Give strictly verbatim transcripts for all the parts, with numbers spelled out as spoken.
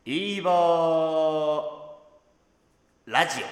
イーボーラジオ。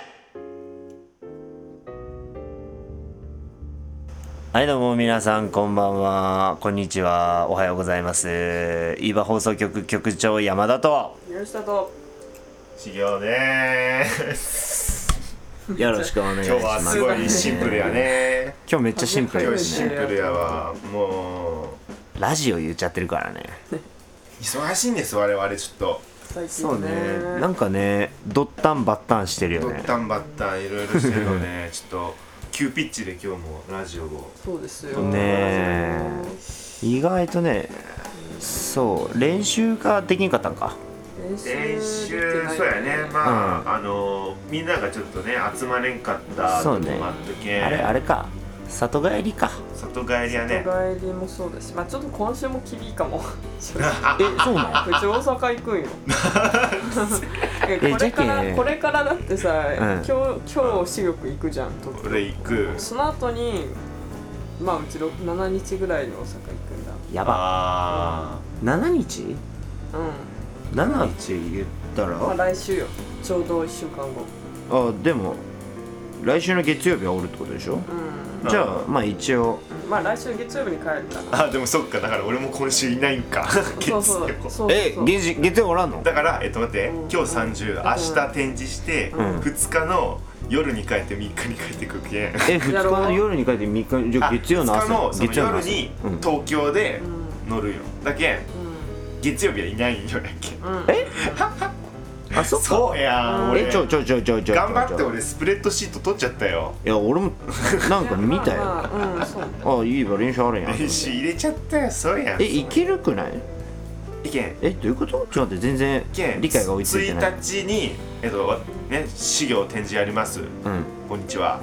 はいどうも皆さんこんばんは、こんにちは、おはようございます。イーバー放送局局長山田と吉田と修行でーす。 よろしくお願いします。 今日はすごいシンプルやね。 今日めっちゃシンプル今日ですね。 シンプルやわ。もうラジオ言っちゃってるからね。 忙しいんです我々ちょっと。 最近そうね、 ねなんかねドッタンバッタンしてるよね。 ドッタンバッタンいろいろしてるのね。ちょっと急ピッチで今日もラジオを。 そうですよねえ意外とね、そう練習ができんかったんか。 練習練習できてないそうやね。まあ、 うんあのみんながちょっとね集まれんかったそうねとこもあったけん。 あれあれか、里帰りか。 里帰りやね。 里帰りもそうだし、まあちょっと今週も厳いかもえそうなの？ うち大阪行くんよえこれからじゃけんこれからだってさ、 ん今日今日私浴行くじゃん東京。 俺行く。 その後にまあうちろく、しちにちぐらいに大阪行くんだ。 やば。 あななにちうななにち言ったんまあら、 来週よ、ちょうどいっしゅうかんご。 あでも来週の月曜日はおるってことでしょ。 うじゃあまあ一応んまあ来週月曜日に帰るかな。 あでもそっか、だから俺も今週いないんか。月曜そうそうそうそうえ月月曜おらんの？ だからえっと待って、 うん今日さんじゅう、明日展示して、 うんふつかの夜に帰ってみっかに帰ってくるけん。 えふつかの夜に帰ってみっかじゃあ月曜の朝ふつかのその月曜の朝夜にうん東京でうん乗るよ。だけんう月曜日はいないんよやけん。 んうんえあそっか。 そうやん、俺えちょちょちょちょちょ頑張って俺スプレッドシート取っちゃったよ。 いや俺もなんか見たよ。 まあまあうんそうあいいわ練習あるやん。 練習入れちゃったよ。そうやん。 えいけるくない？ いけんえどういうこと？ちょっと待って全然いけん理解が追いついてない。 ついたちにえっとね資料展示やります。 うんこんにちは。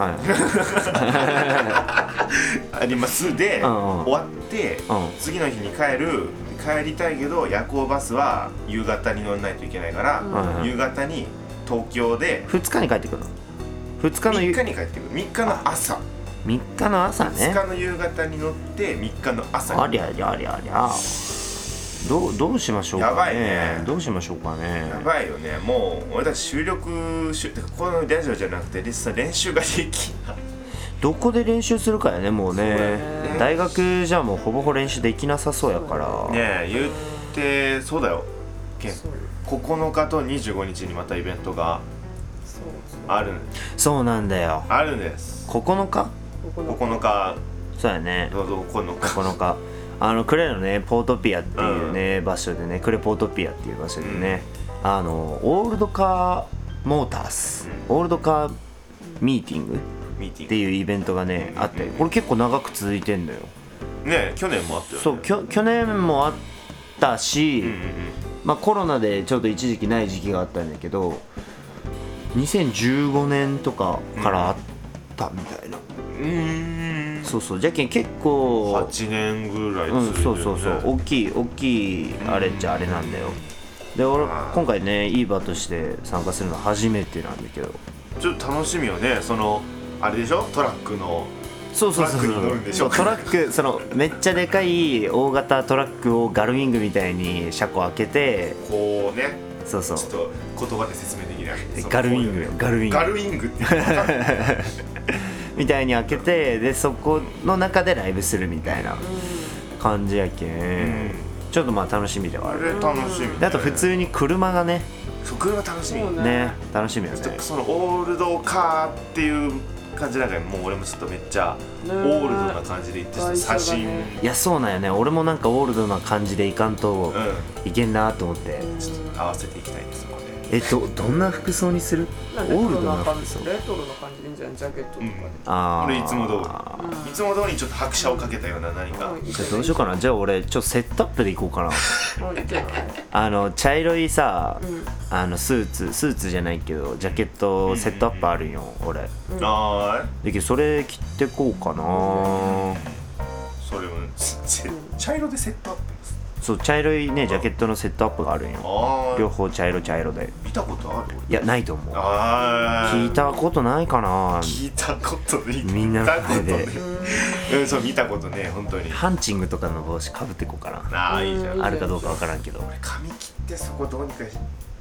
はありますで、 うんうん終わって、 うん次の日に帰る帰りたいけど夜行バスは夕方に乗らないといけないから、 うん夕方に東京でい。ふつかに帰ってくるの？ふつかのみっゆかに帰ってくる。みっかの朝、 みっかの朝ふつね。 かの夕方に乗ってみっかの朝に。 ありゃりゃりゃりゃ。どうどうしましょうかね。 やばいねどうしましょうかね。 やばいよね。もう俺たち収録しゅこのラジオじゃなくて実際練習ができない。 どこで練習するかやねもうね。 そうだね大学じゃもうほぼほぼ練習できなさそうやから。 ねえ言ってそうだよ。けんそうここのかとにじゅうごにちにまたイベントがそうあるそうなんだよ。 あるんです。 ここのか。 そうここのかそうやね。 どうぞここのかここのか。あのクレのねポートピアっていうね、場所でねクレポートピアっていう場所でね、あのオールドカーモータース、オールドカーミーティングミーティングっていうイベントがね、あってこれ結構長く続いてんだよ。 ねえ去年もあったよね。 そうきょ去年もあったし、 うんうんまあコロナでちょっと一時期ない時期があったんだけどにせんじゅうごねんとかからあったみたいな、 うんうーんそうそうじゃけん結構はちねんぐらいうん、 続いてるよね。 そうそうそう大きい大きいあれっちゃあれなんだよ。で俺あー今回ねイーバーとして参加するの初めてなんだけど、 ちょっと楽しみよね。そのあれでしょ、トラックのそうそうそうトラックに乗るんでしょそうトラックそのめっちゃでかい大型トラックをガルウィングみたいに車庫開けて、 こうね、 そうそうちょっと言葉で説明できない。そのガルウィングよガルウィングガルウィングって分かるみたいに開けて、でそこの中でライブするみたいな感じやけん、 んちょっとまあ楽しみではある。 あれ楽しみね。 であと普通に車がねそう車楽しみ。 そうねね楽しみよねちょっとそのオールドカーっていう感じなんかもう俺もちょっとめっちゃオねールドな感じで行って、ちょっと写真、 最初がねいやそうなんよね。俺もなんかオールドな感じでいかんとういけんなと思って、 ん、ちょっと合わせていきたいですので。 えどどんな服装にする？オなんかレトールドロな感な服装じレトロな感じでいいんじゃない？ジャケットとかで、 あー俺いつも通うんいつも通りにちょっと拍車をかけたような何か、 うんじゃあどうしようかな。じゃあ俺ちょっとセットアップでいこうかな。 うんいいんじゃない？ あの茶色いさ、 うんあのスーツスーツじゃないけどジャケットセットアップあるんよ俺。 あーでけどそれ着てこうかな。 それもせ茶色でセットアップです。 そう茶色いねジャケットのセットアップがあるんよ。 あ両方茶色茶色で。 見たことある？ いやないと思う。 あー聞いたことないかな。 聞いたことねみんなの聞いたこと前でねうんそう見たことね本当に。 ハンチングとかの帽子かぶってこうかな。 ああいいじゃん。 あるかどうかわからんけど。 髪切ってそこどうにかし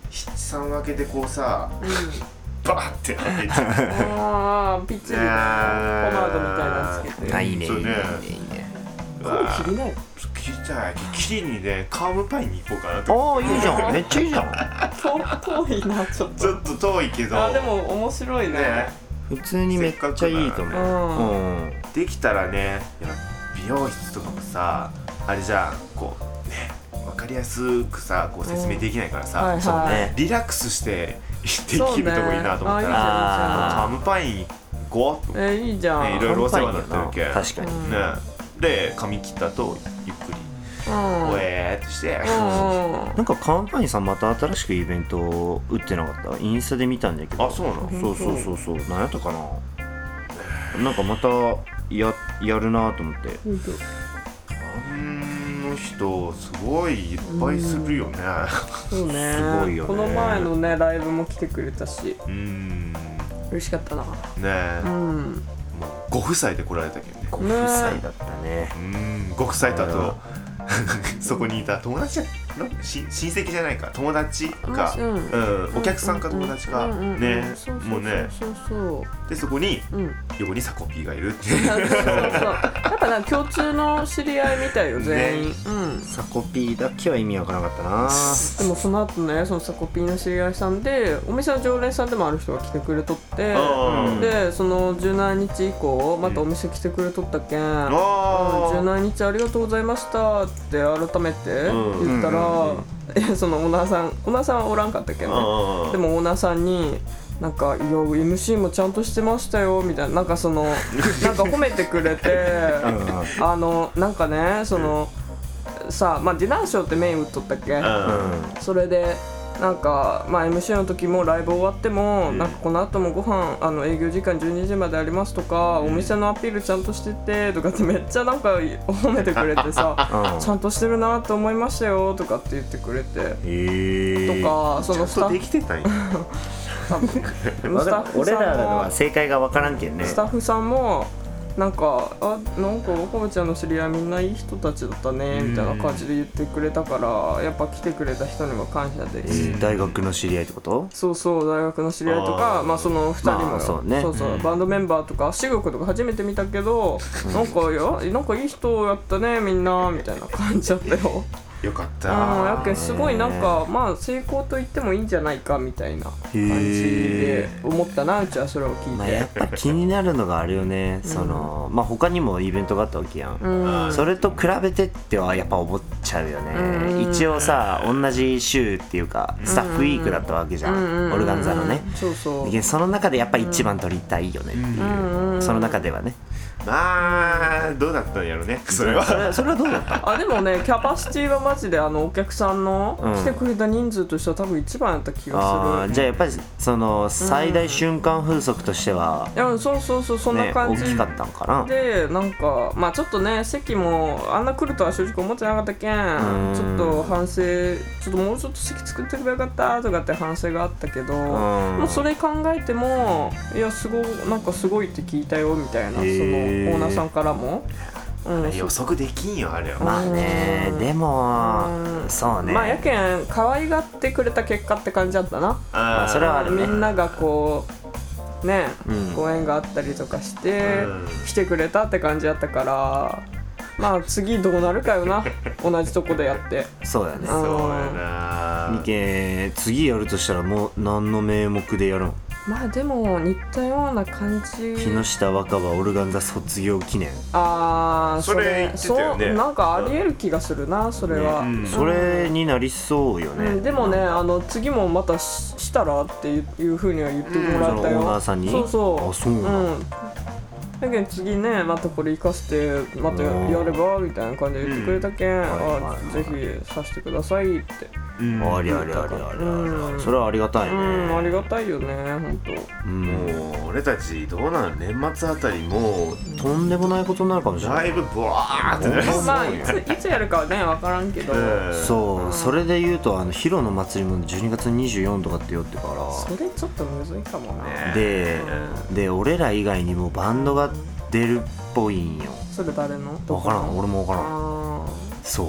七三分けでこうさうんバーって開けちゃうああピッチリポマードみたいなのつけてあいいねいいそうねねいいねいいね声切りない切りたい切りにねカームパイに行こうかなと思ってああいいじゃんめっちゃいいじゃん遠遠いなちょっとちょっと遠いけどあでも面白いねね普通にめっちゃいいと思ううんできたらねいや美容室とかもさあれじゃんこうね分かりやすくさこう説明できないからさ、 はいはいそうねリラックスしてできるとこいいなと思ったら、 そうねあいいじゃんいいじゃんカームパイン行こうと思って、 えいいじゃん、 ね、いろいろお世話になってるけん確かにね、で髪切った後ゆっくりうんおえーっとして、 うんうんなんかカンパニーさんまた新しくイベントを打ってなかったインスタで見たんだけどあそうなのそうそうそうそう何やったかななんかまたややるなと思ってあの人すごいいっぱいするよねそうねすごいよねこの前のねライブも来てくれたしうんね嬉しかったなえ、 うんもうご夫妻で来られたけどねご夫妻だったねうんご夫妻とあとそこにいた友達のし親戚じゃないか友達か、 うんうん、お客さんか友達か、 うんうんうんねそうそうそうもうねそうそうでそこにうん横にサコピーがいるってそうそうそうやっぱなんか共通の知り合いみたいよ全員、 ねうんサコピーだけは意味わからなかったなでもその後ねそのサコピーの知り合いさんでお店の常連さんでもある人が来てくれとってうんでそのじゅうしちにち以降またお店来てくれとったけん、うん、 あじゅうしちにちありがとうございましたって改めて言ったら、 うんえそのオーナーさんオーナーさんはおらんかったけんねあでもオーナーさんになんか「いや エムシー もちゃんとしてましたよ」みたいななんかそのなんか褒めてくれてあのなんかねそのさあまあディナーショーってメイン打っとったっけうんそれでなんか、まあ、エムシー の時もライブ終わっても、 うんなんかこの後もご飯あの営業時間じゅうにじまでありますとか、 うんお店のアピールちゃんとしててとかってめっちゃなんか褒めてくれてさうんちゃんとしてるなって思いましたよとかって言ってくれて、 へえとかそのスちゃんとでタッきてたんやフスタッフ俺さんもらのは正解がわからんけんねスタッフさんもなんかあなんか若葉ちゃんの知り合いみんないい人たちだったねみたいな感じで言ってくれたからやっぱ来てくれた人にも感謝でえー大学の知り合いってことそうそう大学の知り合いとかあーまあそのふたりも、 まあそうねそうそううんバンドメンバーとかしごくとか初めて見たけど、なんかいやなんかいい人やったねみんなみたいな感じだったよよかっうんたやけんすごいなんかまあ成功と言ってもいいんじゃないかみたいな感じで思ったなうちはそれを聞いて、 まあやっぱ気になるのがあるよねそのまあ他にもイベントがあったわけやんうんそれと比べてってはやっぱ思っちゃうようんね一応さ同じ週っていうかスタッフウィークだったわけじゃんオルガンザのねそうそうでその中でやっぱ一番取りたいよねっていううんうんその中ではねまあどうだったんやろねそれはそれそれはどうだったあでもねキャパシティはマジであのお客さんのうん来てくれた人数としては多分一番やった気あがするーじゃあやっぱりその最大瞬間風速としては、 いやそうそうそうそんなね、 感じ大きかったんかなでなんかまあちょっとね席もあんな来るとは正直思ってなかったけんうんちょっと反省ちょっともうちょっと席作ってくればよかったとかって反省があったけどもうそれ考えてもいやすごなんかすごいって聞いたよみたいなそのオへーーナーさんからも、うん、 予測できんよあれはまあねうんでもうんそうねまあやけん可愛がってくれた結果って感じだったなまあそれはあるねみんながこうね、 うんご縁があったりとかして、 うん来てくれたって感じだったからまあ次どうなるかよな同じとこでやってそうだねあそうやなみけ次やるとしたらもう何の名目でやるのまあでも似たような感じ木下若葉オルガンザ卒業記念ああそれ言ってたよねそうなんかありえる気がするなそれは、 ねうんそれになりそうよね、 うん、でもねあの次もまたししたらっていうふうには言ってもらったよ、 うんそのオーナーさんにそうそうあそうなのうんだけど次ねまたこれ生かしてまたやうんやればみたいな感じで言ってくれたけん、 はいはいはいあぜひさせてくださいってうんありありありありうんそれはありがたいねうんありがたいよね本うんもう俺たちどうなの年末あたりもとんでもないことになるかもしれないうだいぶブワーってなる当まあいついつやるかはね分からんけど、 うんそうそれで言うとあのヒロの祭りもじゅうにがつにじゅうよっかとかってよってからそれちょっとむずいかもな、 ねでで俺ら以外にもバンドが出るっぽいんよそれ誰のど分からん俺も分からんあそう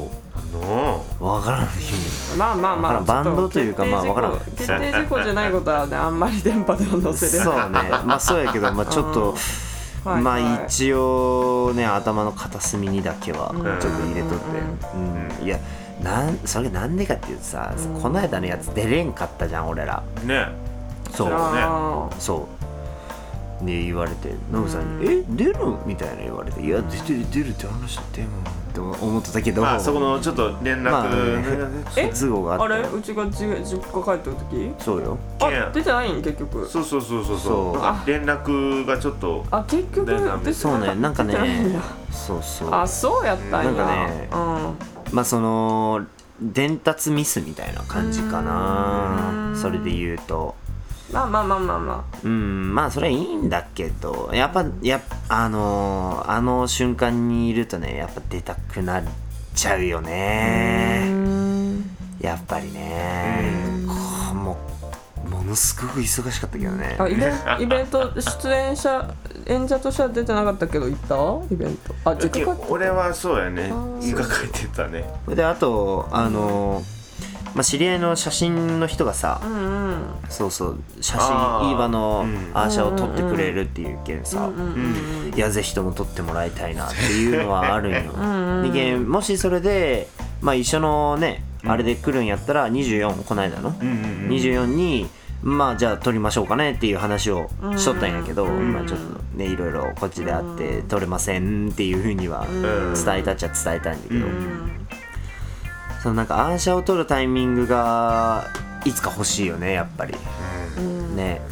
のわからんまあまあまあわからんバンドというかまあわからん決定事項じゃないことはねあんまり電波では載せれないそうねまあそうやけどまあちょっとはいまはいあ一応ね頭の片隅にだけはうんちょっと入れとってうんいやなんそれなんでかっていうとさこの間のやつ出れんかったじゃん俺らねそうあーそうで言われてノブさんに「え出る?」みたいな言われて「いや出てる出るって話だってよ」って思ってたけどまあそこのちょっと連絡、 まあねえ不都合がああったれうちがじ実家帰った時そうよあ出てないん結局そうそうそうそうそそううなんか連絡がちょっとあ結局でダメ出てそうねなんかね出てないんだそうそうあそうやったんやなんかねうんまあその伝達ミスみたいな感じかなそれで言うとまあまあまあまあまうんまあそれはいいんだけどやっぱやあのー、あの瞬間にいるとねやっぱ出たくなっちゃうよあねうんやっぱりねこうもうものすごく忙しかったけどねあイベンイベント出演者演者としては出てなかったけど行ったイベントあ実家帰って俺はそうやねあー実家帰ってたねであとあのーまあ、知り合いの写真の人がさ、 うんうんそうそう写あー真いい場のうんアーシャを撮ってくれるっていうけんさ、 うんうんうんいやぜひとも撮ってもらいたいなっていうのはあるんよんうんでけんもしそれで、まあ、一緒のねあれで来るんやったらにじゅうよんこの間の、 うんうんうんにじゅうよんにまあじゃあ撮りましょうかねっていう話をしとったんやけど、 うんまあちょっとねいろいろこっちであって撮れませんっていうふうにはん伝えたっちゃ伝えたんだけど、 うんそのなんかアーシャを撮るタイミングがいつか欲しいよねやっぱりうんね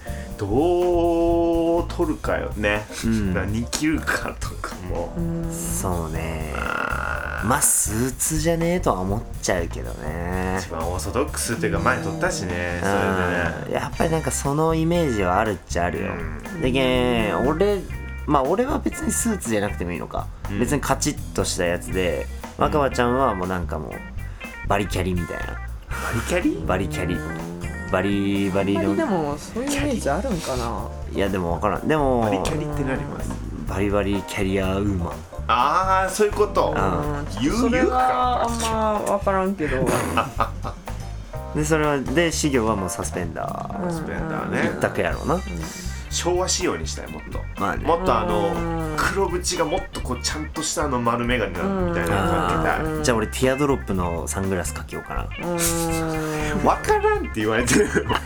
どう取るかよね、 うん何着るかとかも、 うんそうねまあスーツじゃねえとは思っちゃうけどね一番オーソドックスっていうか前取ったしね、それでねうんやっぱりなんかそのイメージはあるっちゃあるよ、 うんでけん俺まあ俺は別にスーツじゃなくてもいいのか、 うん別にカチッとしたやつで若葉ちゃんはもうなんかもうバリキャリみたいなバリキャリバリキャリバリバリあんまりでのもそういうイメージあるんかないやでも分からんでもバリキャリってなりますバリバリキャリアウーマンああそういうことあうん言うそれ言うかはあんま分からんけどでそれはで資料はもうサスペンダースペンダーね一択やろうな、 昭和仕様にしたいもっとまあねもっとあのうん黒縁がもっとこうちゃんとしたあの丸眼鏡なのみたいなのかけたいうんじゃあ俺ティアドロップのサングラスかけようかなうんわからんって言われてる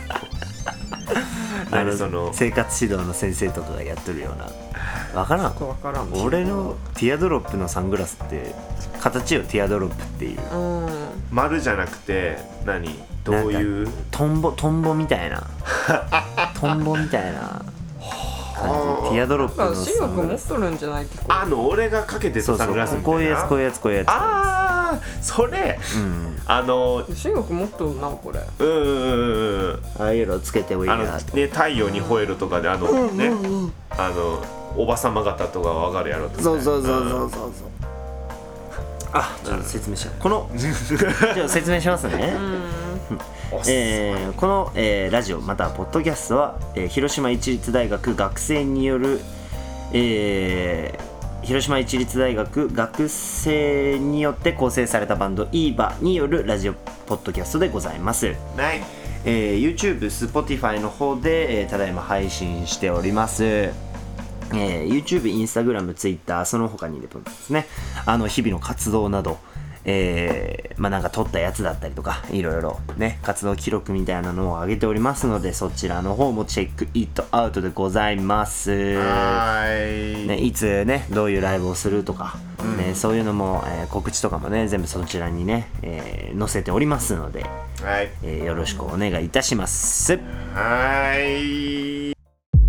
あの何その生活指導の先生とかがやってるような分からん分からん俺のティアドロップのサングラスって形よティアドロップっていううん丸じゃなくて何どういうトンボトンボみたいなトンボみたいな感じティアドロップのなんか視力サングラス持っとるんじゃないってこあの俺がかけてそうそうたサングラスみたいなこういうやつこういうやつこういうやつああそれうんあの視力持っとるなこれうんうんうんうんああいうのつけてもいいあのなとね太陽に吠えるとかであのねあのおばさま方とかわかるやろとそうそうそうそうそうそうあちょっと説明しようこのじゃあ説明しますねえーこの、えーラジオまたはポッドキャストは、えー広島市立大学学生による、えー広島市立大学学生によって構成されたバンドイーバによるラジオポッドキャストでございます、 ないえー YouTube、Spotify の方で、えーただいま配信しておりますえー YouTube、Instagram、Twitter その他にですねあの日々の活動などえー、まあなんか撮ったやつだったりとかいろいろね活動記録みたいなのを上げておりますのでそちらの方もチェックイットアウトでございますはーいね、いつねどういうライブをするとか、ね、そういうのも、えー告知とかもね全部そちらにね、えー載せておりますので、 はいえーよろしくお願いいたしますはーい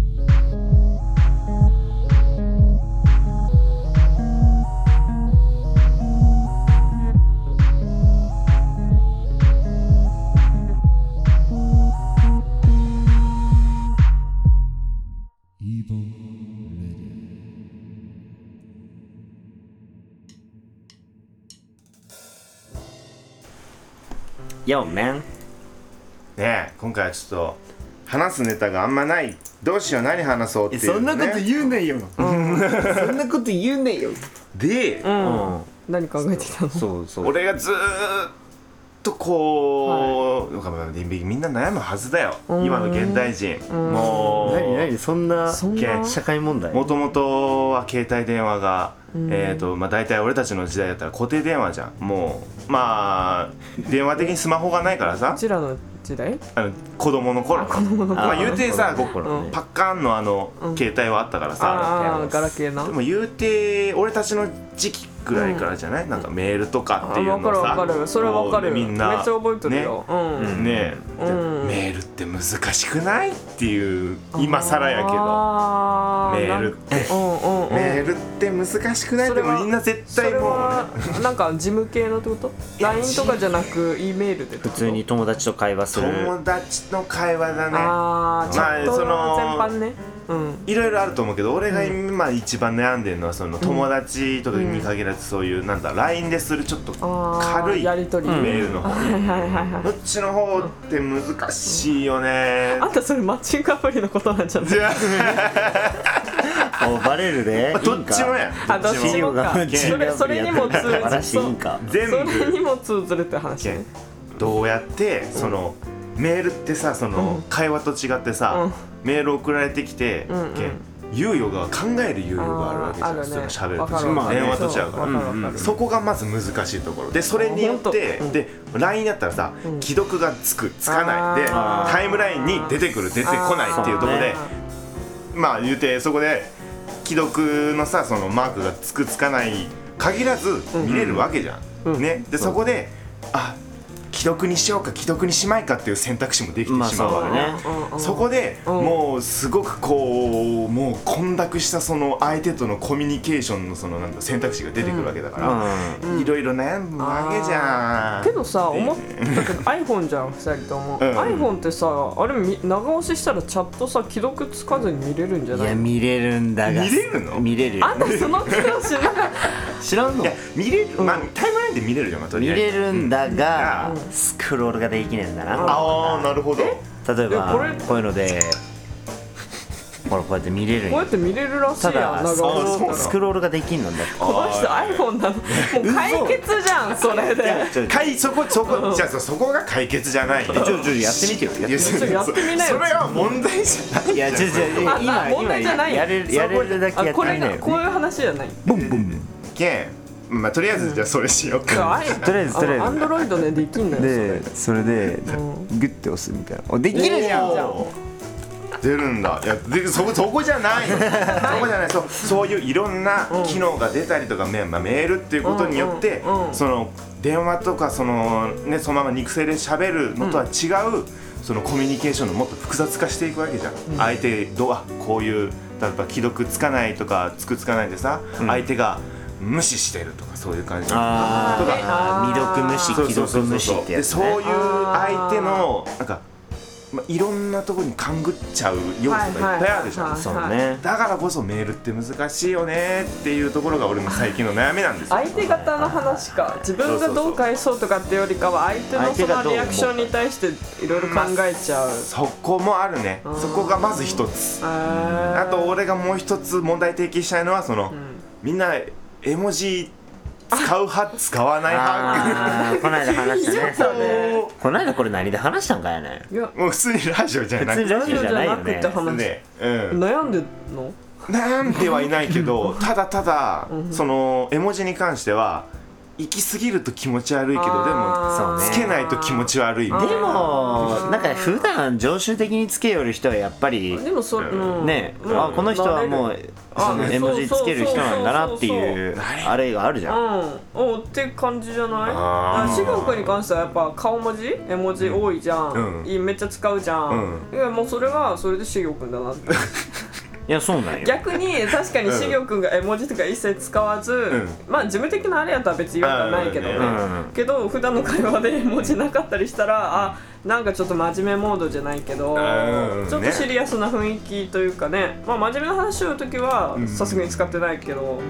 よっメンねえ今回はちょっと話すネタがあんまないどうしよう何話そうっていう、ね、 言うなよそんなこと言うなよで、 うんうん何考えてきたの？ そうそう俺がずーっとこう、はい、みんな悩むはずだよ今の現代人。もう何何そんなそんな社会問題。 もともとは携帯電話が、えーとまあ、大体俺たちの時代だったら固定電話じゃん。もうまあ電話的にスマホがないからさ、 うちらの時代あの子供の頃まあ言うてさこう、 うん、 パッカーンのあの、うん、携帯はあったからさ、 ああガラケーな。 でも言うて俺たちの時期ぐらいからじゃない、うん、なんかメールとかっていうのさ、 分かる分かる、それは分かる、 みんなめっちゃ覚えてるよ、 ね、うん、ねえ、うん、メールって難しくないっていう今更やけどメールって、うんうんうん、メールって難しくない？でもみんな絶対もう、ね、 それはなんか事務系のってこと？ ライン とかじゃなく E メールで普通に友達と会話する。 友達の会話だね。 ああ、チャット全般ね、うん、 いろいろあると思うけど俺が今一番悩んでるのはその友達とかに限らずそういうなんだ ライン でするちょっと軽いメールの方、どっちの方って難しいよね。 あんたそれマッチングアプリのことなんじゃない？ おバレるで、 まあ、どっちもやあどっちもかそれ、それにも通ずる全部それにも通ずるって話ね。 どうやってそのメールってさその会話と違ってさ、うん、メール送られてきて、うんうん、猶予が考える猶予があるわけじゃん、ね、その喋ると電話と違うから、うんうん、そこがまず難しいところで、それによって、うん、で ライン だったらさ、うん、既読がつくつかないでタイムラインに出てくる出てこないっていうところで、まあ言うてそこで既読のさそのマークがつくつかない限らず見れるわけじゃん、うん、ね、でそこであ既読にしようか既読にしまいかっていう選択肢もできてしまうわけね、まあ、そこでもうすごくこうもう混濁したその相手とのコミュニケーションのそのなんだ選択肢が出てくるわけだからいろいろ悩むわけじゃん。 けどさ思ったけどiPhone じゃんふたりとも、うん、iPhone ってさあれ長押ししたらチャットさ既読つかずに見れるんじゃない？ いや見れるんだが見れるの？ 見れるよ。 あんたその機能知らなかった知らんの？いや見れる、うん、まあタイムラインで見れるじゃん、まあ、とりあえず見れるんだが、うん、スクロールができねえんだな。 ああなるほど。 例えばこれこういうのでほらこうやって見れるんこうやって見れるらしいやん。 ただスクロールができんのだって。 この人 iPhone なのもう解決じゃんそれで。 かいそこそこじゃあそこが解決じゃない。ちょちょやってみてよ。 やってみなよ。 それは問題じゃない。 いやちょちょ今問題じゃないやれやれるだけやってみなよ。 こういう話じゃない。 ボンボンけんまあとりあえずじゃあそれしようか。 とりあえずとりあえず。 アンドロイドねできんのよ。 でそれでグッて押すみたいな。おできるじゃん。 出るんだ。いやでそこそこじゃないの。そこじゃない。そうそういういろんな機能が出たりとか、まあ、メールっていうことによって、うんうん、その電話とかそのねそのまま肉声で喋るのとは違う、うん、そのコミュニケーションのもっと複雑化していくわけじゃん。うん、相手どうあこういう例えば既読つかないとかつくつかないでさ、うん、相手が無視してるとかそういう感じとか未読無視既読無視ってやつね。 そういう相手のなんかまあ、いろんなところに勘ぐっちゃう要素がいっぱいあるじゃん。 そうね。 だからこそメールって難しいよねっていうところが俺の最近の悩みなんですよ。 相手方の話か。自分がどう返そうとかってよりかは相手のそのリアクションに対していろいろ考えちゃう、まあ、 そこもあるね。そこがまず一つ。あと俺がもう一つ問題提起したいのはその、うん、みんな絵文字使う派使わない派。 この間話したね。この間これ何で話したんかやね。 いやもう普通にラジオじゃなくて。 普通にラジオじゃないよね。 ね、うん、 悩んでんの？ 悩んではいないけどただただその絵文字に関しては行き過ぎると気持ち悪いけどでもつけないと気持ち悪い。でもなんか普段常習的につけよる人はやっぱりでもそ、うん、 ね、うん、あこの人はもうその絵文字つける人なんだなっていうあれがあるじゃん。 うん、おって感じじゃない？しごくんに関してはやっぱ顔文字絵文字多いじゃん、うん、めっちゃ使うじゃん、うん、いやもうそれはそれでしごくんだなっていやそうなんよ。 逆に確かにしぎょくんが絵文字とか一切使わず、うん、まあ事務的なあれやったら別に違和感ないけどね、うん、けど普段の会話で絵文字なかったりしたらあなんかちょっと真面目モードじゃないけど、うん、ちょっとシリアスな雰囲気というかね、まあ真面目な話をするときはさすがに使ってないけど、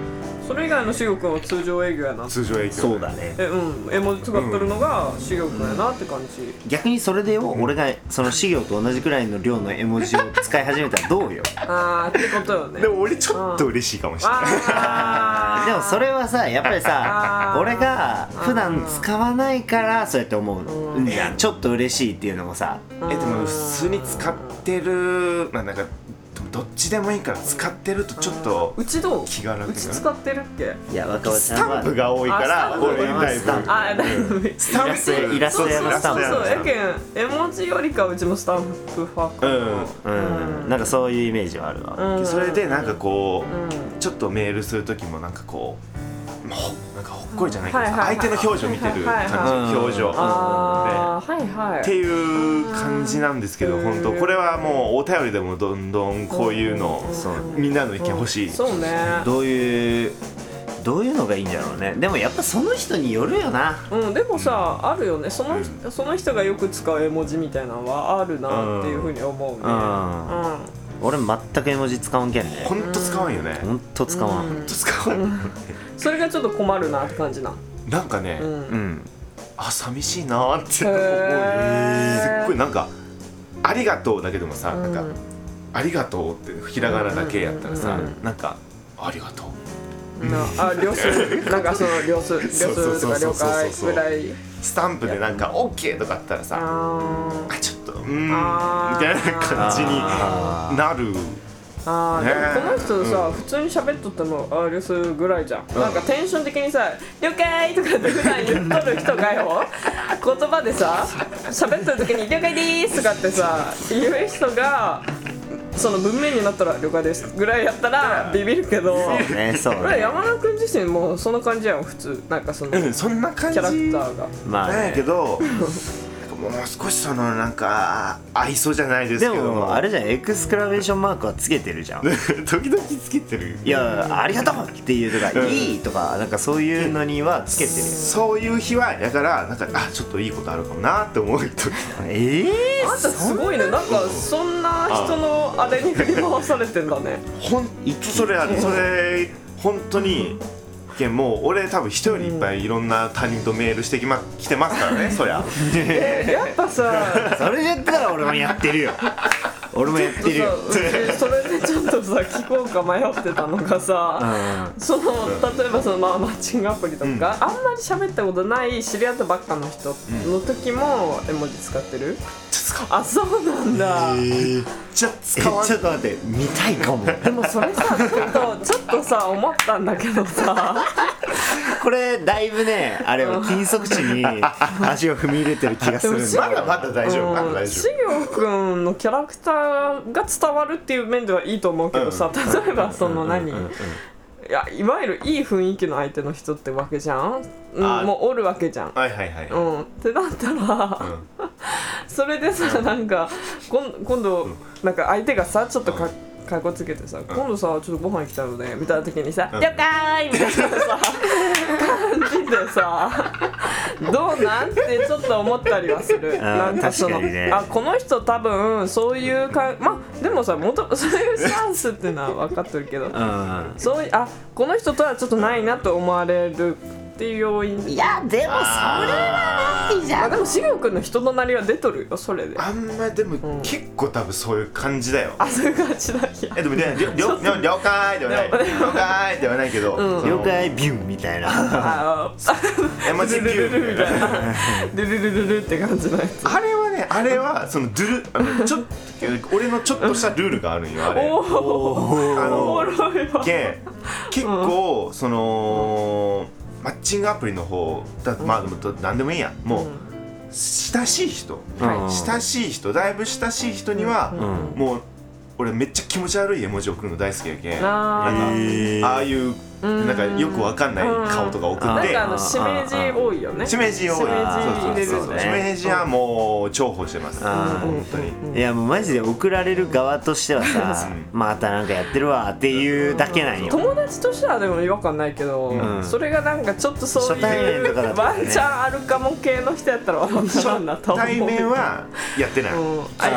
それ以外のしごくんは通常営業やな。 通常営業そうだね。 えうん絵文字使ってるのがしごくんやなって感じ。 逆にそれでよ、俺がそのしげおと同じくらいの量の絵文字を使い始めたらどうよ。 あーってことよね。 でも俺ちょっと嬉しいかもしれない。 あでもそれはさやっぱりさあー俺が普段使わないからそうやって思うんじゃん。ちょっと嬉しいっていうのもさ、 えでも普通に使ってるまあなんかどっちでもいいから使ってるとちょっとうちどう気が楽になる。 うち使ってるっけ。 いや若尾スちゃんはタンプが多いからあスタンプ俺だいぶあだいぶスタンプイラスト屋のスタンプそうそうやけん絵文字よりかうちもスタンプ派かな。 うん、うん、なんかそういうイメージはあるわ。 うんそれでなんかこう、 うんちょっとメールする時もなんかこうほなんかほっこりじゃないけどさ、 はいはいはい相手の表情見てる感じ、 はいはいはい表情、 あーはいはいっていう感じなんですけど、 うん本当これはもうお便りでもどんどんこういうの、 うんそうみんなの意見欲しい、 そうねどういうどういうのがいいんだろうね。でもやっぱその人によるよな。 うんでもさあるよねそのその人がよく使う絵文字みたいなのはあるなっていうふうに思うね。 うんうん俺全く絵文字使わんけんね。 ほんと使わんよね、 ほんと使わん。 うんほんと使わん、 それがちょっと困るなって感じな。 なんかね、 うんうんあ寂しいなーって思うよ、 へーすっごいなんかありがとうだけでもさ、 うんなんかありがとうってひらがなだけやったらさ、 うんうんなんかありがとうなあ両数なんかその両数両そうそう数とか了そうそうそう解ぐらい。 スタンプでなんか OK とかあったらさ、 あーあちょっとうーんみあーたいな感じになる。 あーねでもこの人さ、 うん普通に喋っとってもあれするぐらいじゃん、なんかテンション的にさ「了解!」とかって普段言っとる人がよ言葉でさ喋ってる時に「了解でーす!」とかってさ言う人がその文面になったら「了解です」ぐらいやったらビビるけど、 そうねそうこれね。 山田君自身もそんな感じやん普通なんかそのキうんそんな感じャラクターが。 まあなんやけね。 どもう少しそのなんか愛想じゃないですでけどもあれじゃんエクスクラメーションマークはつけてるじゃん。 時々つけてるいやありがとうっていうとかいいとかなんかそういうのにはつけてる。 そういう日はやからなんかあちょっといいことあるかもなって思う時ええあんたすごいねなんかそんな人のあれに振り回されてんだね。 ほんとそれあるそれ本当にけんもう俺多分人よりいっぱいいろんな他人とメールしてきま来てますからねそりゃえやっぱさそれやったら俺もやってるよ。俺もやってるよ。 うちそれでちょっとさ聞こうか迷ってたのがさ、その例えばその、まあ、マッチングアプリとか、 うんあんまり喋ったことない知り合ったばっかの人の時も絵文字使ってる？あそうなんだ、 じゃえ使わんちょっと待って見たいかも。 でもそれさちょっとちょっとさ思ったんだけどさこれだいぶねあれは金属地に足を踏み入れてる気がするんだまだまだ大丈夫まだ大し丈げおくんのキャラクターが伝わるっていう面ではいいと思うけどさ、例えばその何、 うんうんうんいやいわゆるいい雰囲気の相手の人ってわけじゃん、うん、 あもうおるわけじゃん。 夫はいはいはい、 うん、ってなったら、それでさなんか今今度なんか相手がさちょっとかかっこつけてさ、今度さちょっとご飯行きたいのでみたいな時にさ「了解!」みたいなさ感じでさどうなんってちょっと思ったりはする。なんかその確かにねあこの人多分そういうかまあでもさもとそういうスタンスっていうのは分かってるけどうんそういうあこの人とはちょっとないなと思われるっていう要因。 いやでもそれはないじゃん。 あでもしげおくんの人となりは出とるよそれで。 あんまでも、 ん結構多分そういう感じだよあそういう感じだいや。 えでもねりょりょりょ了解ではないでも了解ではないけど、 うんその了解ビュンみたいな。 あえマジルルルルルみたいななルルルルルって感じのやつ。 あれはねあれはそのドゥルあのちょっと俺のちょっとしたルールがあるんよあれおおあおものろいわ。 けん結構そのマッチングアプリの方だまあでもど何でもいいやもう親しい人はい親しい人だいぶ親しい人にはうんもう俺めっちゃ気持ち悪い絵文字送るの大好きやけんあなんかへーああいううんなんかよくわかんない顔とか送ってなんかあのしめじ多いよね。 しめじ多いしめじ入れるそうそうそうねしめじはもう重宝してますあー本当にいやもうマジで送られる側としてはさまたなんかやってるわっていうだけなんよ。 友達としてはでも違和感ないけど、 うんそれがなんかちょっとそう初対面いうとかだったらねワンチャンあるかも系の人やったら分からんなと思う。 対面はやってないうん、ああ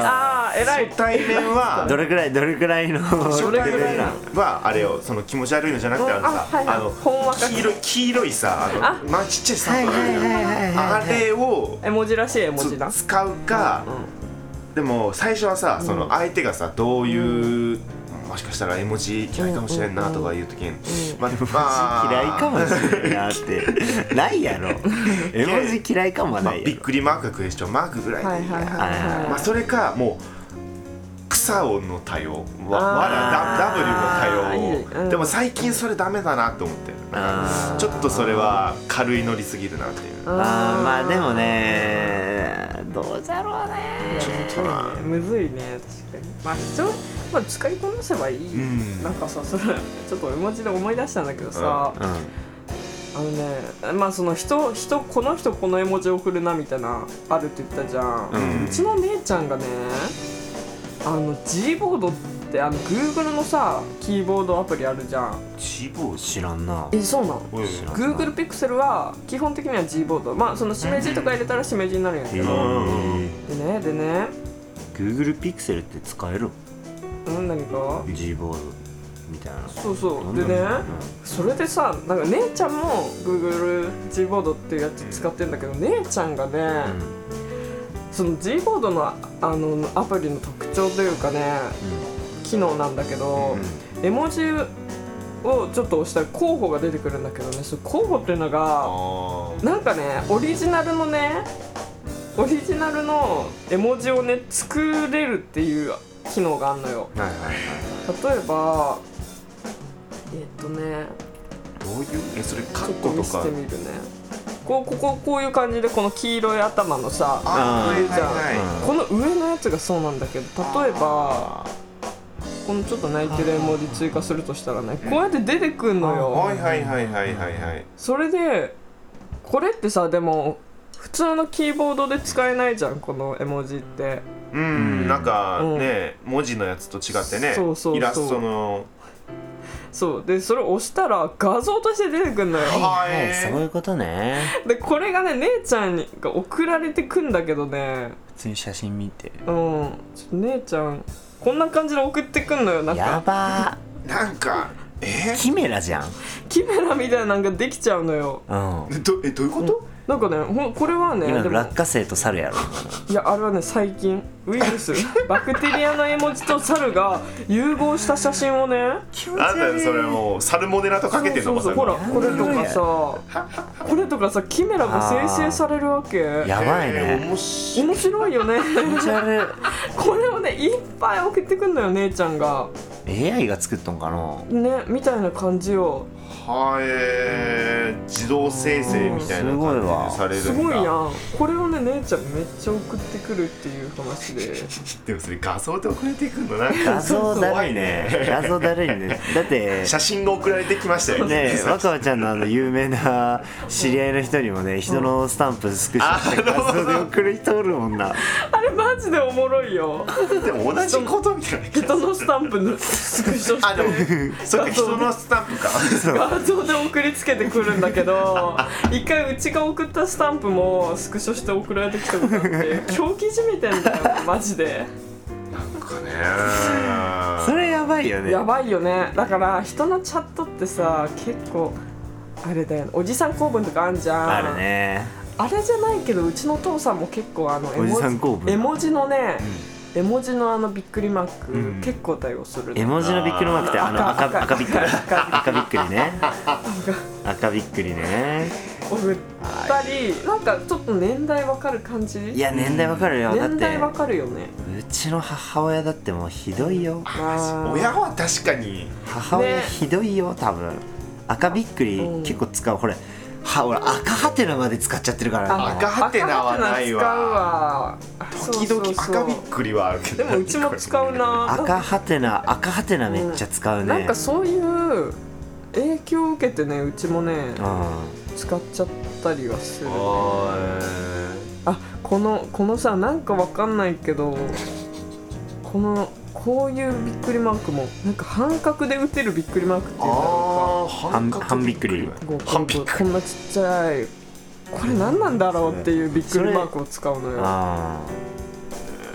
あ偉い初対面はどれくらいどれくらいの初対面はあれよ、その気持ち悪いのじゃなくて、あのさ、 あ、はいはい、 あのほんわか黄色い黄色いさ、あのまあちっちゃいスタンプあるじゃん、あれを絵文字らしい絵文字だ使うか、でも最初はさ、その相手がさどういうもしかしたら絵文字嫌いかもしれんなとかいう時に、まあ嫌いかもしれんなってないやろ。絵文字嫌いかもはないやろ。 びっくりマークかクエスチョンマークぐらいでいいや、まあそれかもう草尾の対応、わら ダブリュー の対応、でも最近それダメだなと思ってる。ちょっとそれは軽い乗りすぎるなっていう。 あー、まあでもね、どうだろうね、 ちょっとなむずいね、確かに。まあ一応、まあ、使いこなせばいい、うん、なんかさ、それちょっと絵文字で思い出したんだけどさ、うんうん、あのね、まあその人人この人この絵文字送るなみたいなあるって言ったじゃん、うん、うちの姉ちゃんがね、あの G ボードってあの Google のさキーボードアプリあるじゃん。 G ボード知らんな。 え、そうなの。 Google Pixel は基本的には G ボード、まあそのしめじとか入れたらしめじになるんやけど、でねでね Google Pixel って使える？ うん、何か G ボードみたいな。 そうそうでね、うん、それでさ、なんか姉ちゃんも Google G ボードっていうやつ使ってんだけど、姉ちゃんがね、うん、その G ボードのあのアプリの特徴というかね、うん、機能なんだけど、うん、絵文字をちょっと押したら候補が出てくるんだけどね、その候補っていうのがなんかね、オリジナルのねオリジナルの絵文字をね作れるっていう機能があるのよ。はいはいはい、例えばえっとね、 どういうえそれカッコとかちょっと見せてみるね。こうこここういう感じでこの黄色い頭のさ上じゃん、はいはい、この上のやつがそうなんだけど、例えばこのちょっと泣いてる絵文字追加するとしたらね、こうやって出てくんのよ。 はいはいはいはいはいはい。 それでこれってさ、でも普通のキーボードで使えないじゃん、この絵文字って。 うん、なんかね、うん、文字のやつと違ってね、そうそうそう、イラストのそうで、それを押したら画像として出てくるのよ。 はいはい、そういうことね。 でこれがね、姉ちゃんが送られてくんだけどね、 普通に写真見て、 うん、ちょっと姉ちゃんこんな感じで送ってくんのよ。なんかやばーなんかえキメラじゃん。 キメラみたいなのができちゃうのよ。 うん、 どえどういうこと？ なんかね、ほこれはね、 今の落花生と猿やろ。 いや、あれはね、最近ウイルスバクテリアの絵文字と猿が融合した写真をね、 なんだよそれ、もうサルモネラとかけてんのか。 そうそうそう、ほらこれとかさこれとかさ、キメラが生成されるわけ。 やばいね、 面白いよね。これをねいっぱい送ってくんのよ、姉ちゃんが。 エーアイ が作っとんかなね、みたいな感じよ。 はえー、自動生成みたいな感じでされるんだ。 すごいやん。これをね、姉ちゃんめっちゃ送ってくるっていう話で。 でもそれ画像で送られてくるのなんか画像だるいね。画像だるいね。だって写真が送られてきましたよね。若葉ちゃんのあの有名な知り合いの人にもね、人のスタンプスクショして画像で送る人おるもんな。 あれマジでおもろいよ。 でも同じことみたいな。 人のスタンプのスクショして。 あ、でもそれ人のスタンプか。 画像で送りつけてくるんだけど、一回うちが送ったスタンプもスクショして送られてきたことあって狂気じみてんだよマジで。 なんかね、 それやばいよね。 やばいよね。だから人のチャットってさ、結構あれだよね、おじさん構文とかあんじゃん。 あるね。 あれじゃないけど、うちのお父さんも結構あの絵文字、絵文字のね、うん、絵文字のあのびっくりマーク、うん、結構対応する。 絵文字のびっくりマークってあの赤、赤、赤びっくり赤びっくりね。赤びっくりね。 送ったり、なんかちょっと年代わかる感じ。 いや年代わかるよ。 年代わかるよね。 うちの母親だってもうひどいよ。 親は確かに母親ひどいよ、多分。赤びっくり結構使う。これは、俺赤ハテナまで使っちゃってるからね。 赤ハテナはないわ。時々赤びっくりはあるけど。 でもうちも使うな。 赤ハテナ、赤ハテナめっちゃ使うね。 なんかそういう影響を受けてね、うちもね使っちゃったりはするね。あ、このこのさ、なんかわかんないけど、このこういうびっくりマークもなんか半角で打てるびっくりマークっていうんだろうか。 半半びっくり。 半びっくり。こんなちっちゃい、これ何なんだろうっていうびっくりマークを使うのよ。 い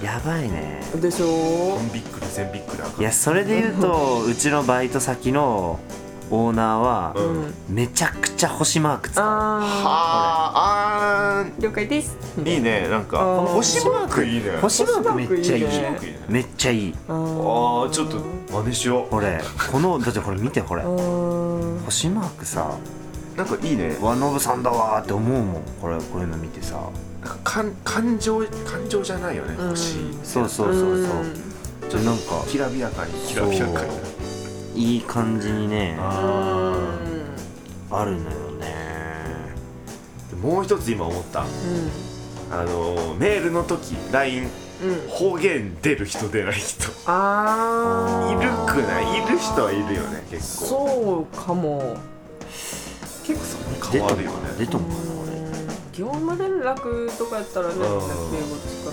やばいねでしょ。 びっくり全びっくりあかん。 いやそれで言うとうちのバイト先のオーナーは、 うん、 めちゃくちゃ星マーク使う。 あああ了解です。 いいね、なんか星マークいいね。 星マークめっちゃいい。 星マークいいねめっちゃいい。 ああちょっと真似しよう。 これこのだってこれ見てこれ星マークさ、 なんかいいね。 わノブさんだわーって思うもん。これこういうの見てさ、 なんか感感情感情じゃないよね、星。 そうそうそうそう。ちょっとなんかきらびやかにきらびやかにいい感じにねああるのよね。 もう一つ今思った、うん、あのメールの時 ライン、うん、方言出る人出ない人あいるくない？いる人はいるよね結構。 そうかも。 結構そこ変わるよね。 出とんかな俺。 業務連絡とかやったらね、敬語使ってるし。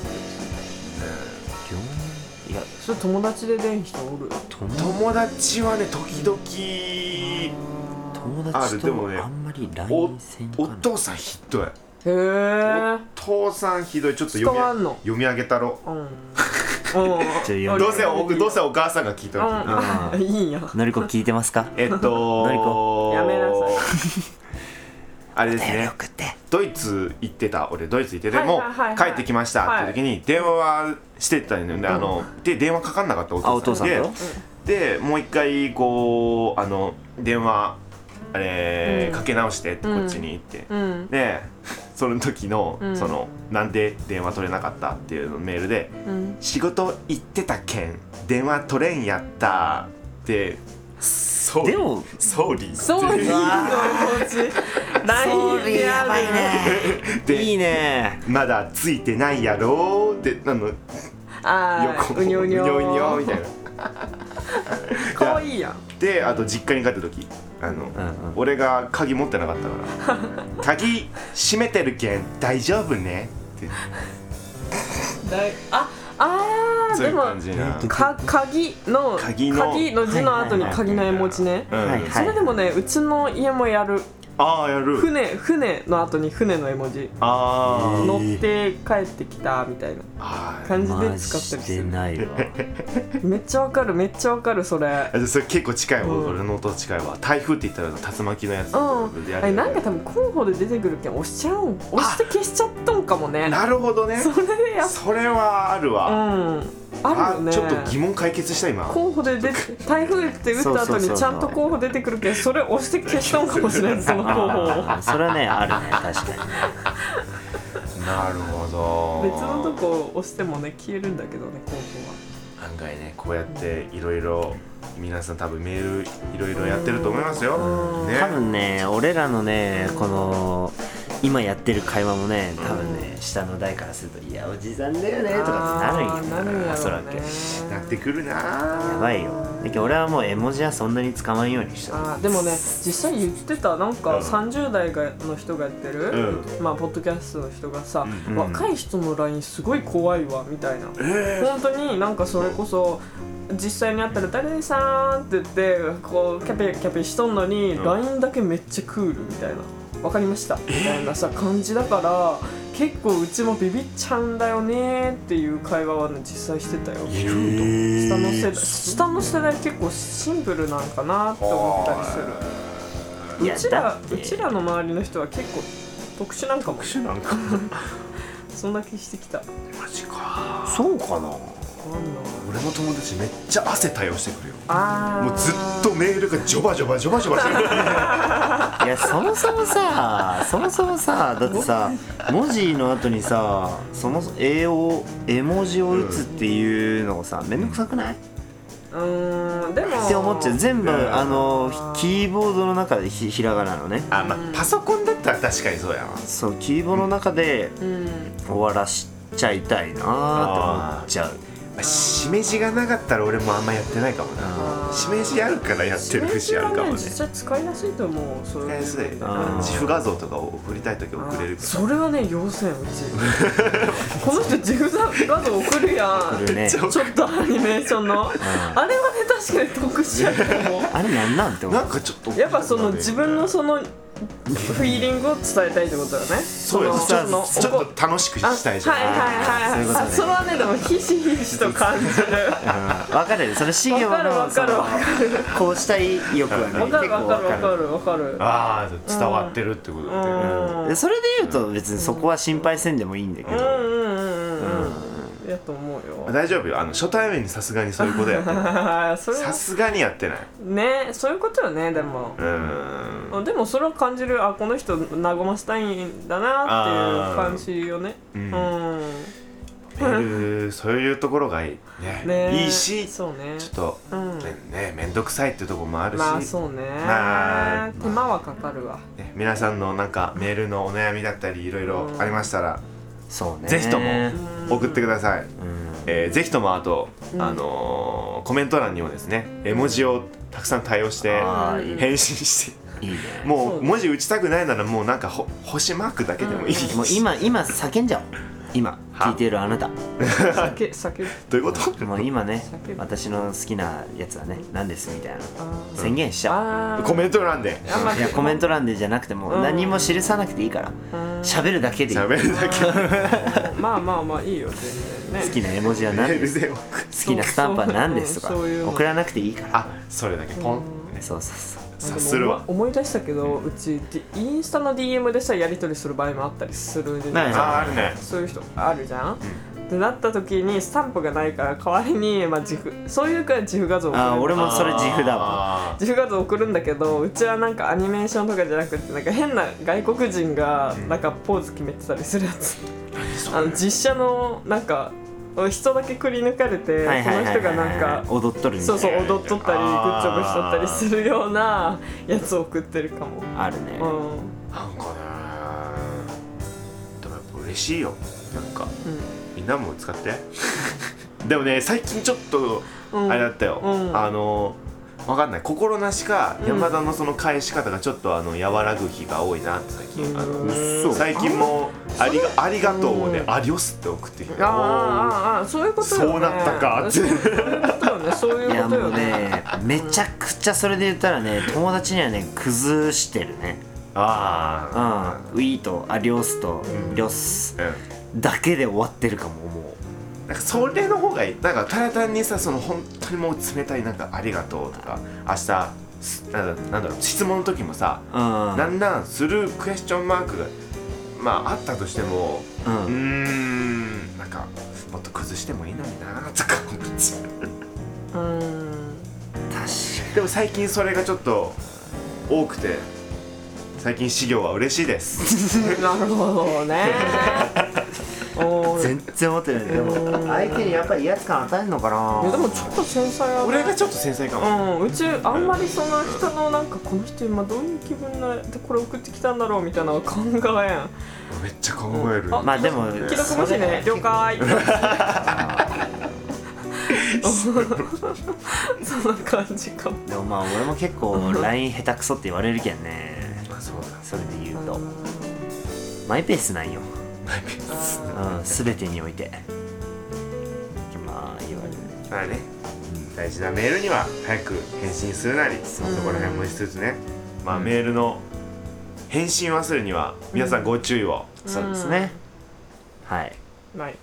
業務いやそれ友達で出ん人おる？ 友達はね時々 友達とあんまり ライン せんかな。 お父さんひどい。 へえ。 お父さんひどい。ちょっと読み読み上げたろ。うん。うん、どうせ僕どうせお母さんが聞いたら、うん、いいんや。 のりこ聞いてますか？ えっとのりこやめなさい。 あれですね。ドイツ行ってた。俺ドイツ行ってても帰ってきましたって時に電話してたんだよね。あので電話かかんなかったお父さんで、でもう一回こうあの電話あれかけ直してってこっちに行って、でその時のそのなんで電話取れなかったっていうのメールで仕事行ってたけん電話取れんやったってそうでもソーリーソーリーの文字ラインでやばいね。 いいね。 まだついてないやろってあのあーうにょうにょうにょうにょみたいな。 かわいいやん。 であと実家に帰った時あの、うんうん、俺が鍵持ってなかったから鍵閉めてるけん大丈夫ねってだいああーでもか鍵の鍵の鍵の字の後に鍵の絵文字ね。それでもねうちの家もやる。 ああやる。 船船の後に船の絵文字。ああ乗って帰ってきたみたいな感じで使ったりする。 ないわ。 めっちゃわかるめっちゃわかるそれ。 それ結構近いわ、うん、俺の音近いわ。台風って言ったら竜巻のやつ。うん。 あれなんか多分候補で出てくるけん押しちゃうん。押して消しちゃったんかもね。 なるほどね。 それでや。 それはあるわ。 うん。あるよね。 ちょっと疑問解決した今。 候補で出て台風って打った後にちゃんと候補出てくるけどそれ押して消したんかもしれないその候補を。 それはねあるね確かに。 なるほど。 別のとこ押してもね消えるんだけどね候補は。 案外ねこうやっていろいろ皆さん多分メールいろいろやってると思いますよ。 ね、多分ね俺らのねこの今やってる会話もね多分ね、うん、下の代からするといやおじさんだよねとかってなるんよ。 なるんやろうね。 おそらくなってくるな。やばいよ。だけど俺はもう絵文字はそんなに使わんようにしたあでもね実際言ってたなんかさんじゅう代の人がやってる、うん、まあポッドキャストの人がさ、うん、若い人の ライン すごい怖いわみたいな、えー、本当になんかそれこそ実際に会ったら誰さんって言ってこうキャペキャペしとんのに、うん、ライン だけめっちゃクールみたいなわかりましたみたいなさ感じだから結構うちもビビっちゃうんだよねっていう会話はね実際してたよ。 いるんだ。下の世代下の世代結構シンプルなんかなって思ったりする。うちらうちらの周りの人は結構特殊なんかも。 特殊なんかそんな気してきた。 マジか。 そうかな。 俺の友達めっちゃ汗対応してくるよ。もうずっとメールがジョバジョバジョバジョバしてくる。いやそもそもさそもそもさだってさ文字の後にさそもそも絵を絵文字を打つっていうのがさめんどくさくない？ うーんでもって思っちゃう。全部あのキーボードの中で ひ, ひらがなのね。 あまあパソコンだったら確かにそうやわ。 そうキーボードの中で終わらしちゃいたいなって思っちゃう。 しめじがなかったら俺もあんまやってないかもな。しめじあるからやってる節あるかもね。 実際使いやすいと思う。 使いやすい。自負画像とかを送りたいとき送れるから。 それはね要せんうちこの人自負画像送るやん、ね、ちょっとアニメーションの、うん、あれはね確かに特殊やと思う。 あれなんなんて思う。 なんかちょっとやっぱその自分のそのフィーリングを伝えたいってことだよね。 そうよ、ちょっとちょっと楽しくしたいじゃん。 はいはいはいはい。あ、それはねでもひしひしと感じる。 わかる。それ資料のこうしたい欲はね、 わかるわかるわかるわかる。 ああ、伝わってるってことだね。それで言うと別にそこは心配せんでもいいんだけど。 うんうんうんうん。やと思うよ。 大丈夫よ。あの初対面にさすがにそういうことやってない。さすがにやってない。 ね、そういうことよね。でも。うん。でもそれを感じる。あ、この人和ましたいんだなっていう感じよね。うん。 メールそういうところがいいね。いいし、 そうね。 ちょっとね面倒くさいっていうところもあるし。 まあそうね。まあ手間はかかるわ。 皆さんのなんかメールのお悩みだったりいろいろありましたら。 そうね、 ぜひとも送ってください、うんえー、ぜひともあと、うんあのー、コメント欄にもですね絵文字をたくさん対応して返信していい、ね、 もう文字打ちたくないならもうなんかほ星マークだけでもいい、 うん、もう今今叫んじゃおう今聞いているあなた叫叫どういうこと？ もう今ね私の好きなやつはね何ですみたいな宣言しちゃうコメント欄でいやコメント欄でじゃなくても何も記さなくていいから喋るだけでいい喋るだけまあまあまあいいよ全然ね好きな絵文字は何です好きなスタンプは何ですとか送らなくていいからあそれだけポンそうそうそう察するわ思い出したけどうちインスタの ディーエム でさやり取りする場合もあったりするじゃないああるねそういう人あるじゃん、うん、ってなった時にスタンプがないから代わりに、まあ、自負そういうから自負画像を送るあ俺もそれ自負だわ自負画像送るんだけどうちはなんかアニメーションとかじゃなくてなんか変な外国人がなんかポーズ決めてたりするやつ、うん、あの実写のなんか人だけくり抜かれてその人がなんか踊っとるみたいなそうそう踊っとったりグッジョブしとったりするようなやつを送ってるかもあるね、うん、 なんかねでもやっぱ嬉しいよなんか、うん、みんなも使ってでもね最近ちょっとあれだったよ、うん、あのわかんない心なしか山田のその返し方がちょっとあの和らぐ日が多いなって最近あの最近もありがありがとうをねアディオスって送ってきてああそういうことよねそうなったかってそういうことよねそういうことよねいやもうねめちゃくちゃそれで言ったらね友達にはね崩してるねああうんウィーとアディオスとリョスだけで終わってるかも思うなんかそれの方がいいなんかただ単にさその本当にもう冷たいなんかありがとうとか明日なんだなんだろう質問の時もさ、うん、だんだんスルークエスチョンマークがまああったとしてもうーんなんかもっと崩してもいいのになとか思っちゃううん確かにでも最近それがちょっと多くて最近始業は嬉しいですなるほどね全然思ってないでも相手にやっぱり威圧感与えるのかないやでもちょっと繊細や俺がちょっと繊細かも、 うん、うちあんまりその人のなんかこの人今どういう気分でこれ送ってきたんだろうみたいなの考えやんめっちゃ考える、うん、 まあでも既読無視ね了解そんな感じかもでもまあ俺も結構 ライン 下手くそって言われるけんねまあそうだそれで言うとマイペースなんようん、全てにおいてまあ言われるまあね、うん、大事なメールには早く返信するなりそこら辺もしつつね、うん、まあメールの返信忘れには皆さんご注意を、 うん、そうですねはいはい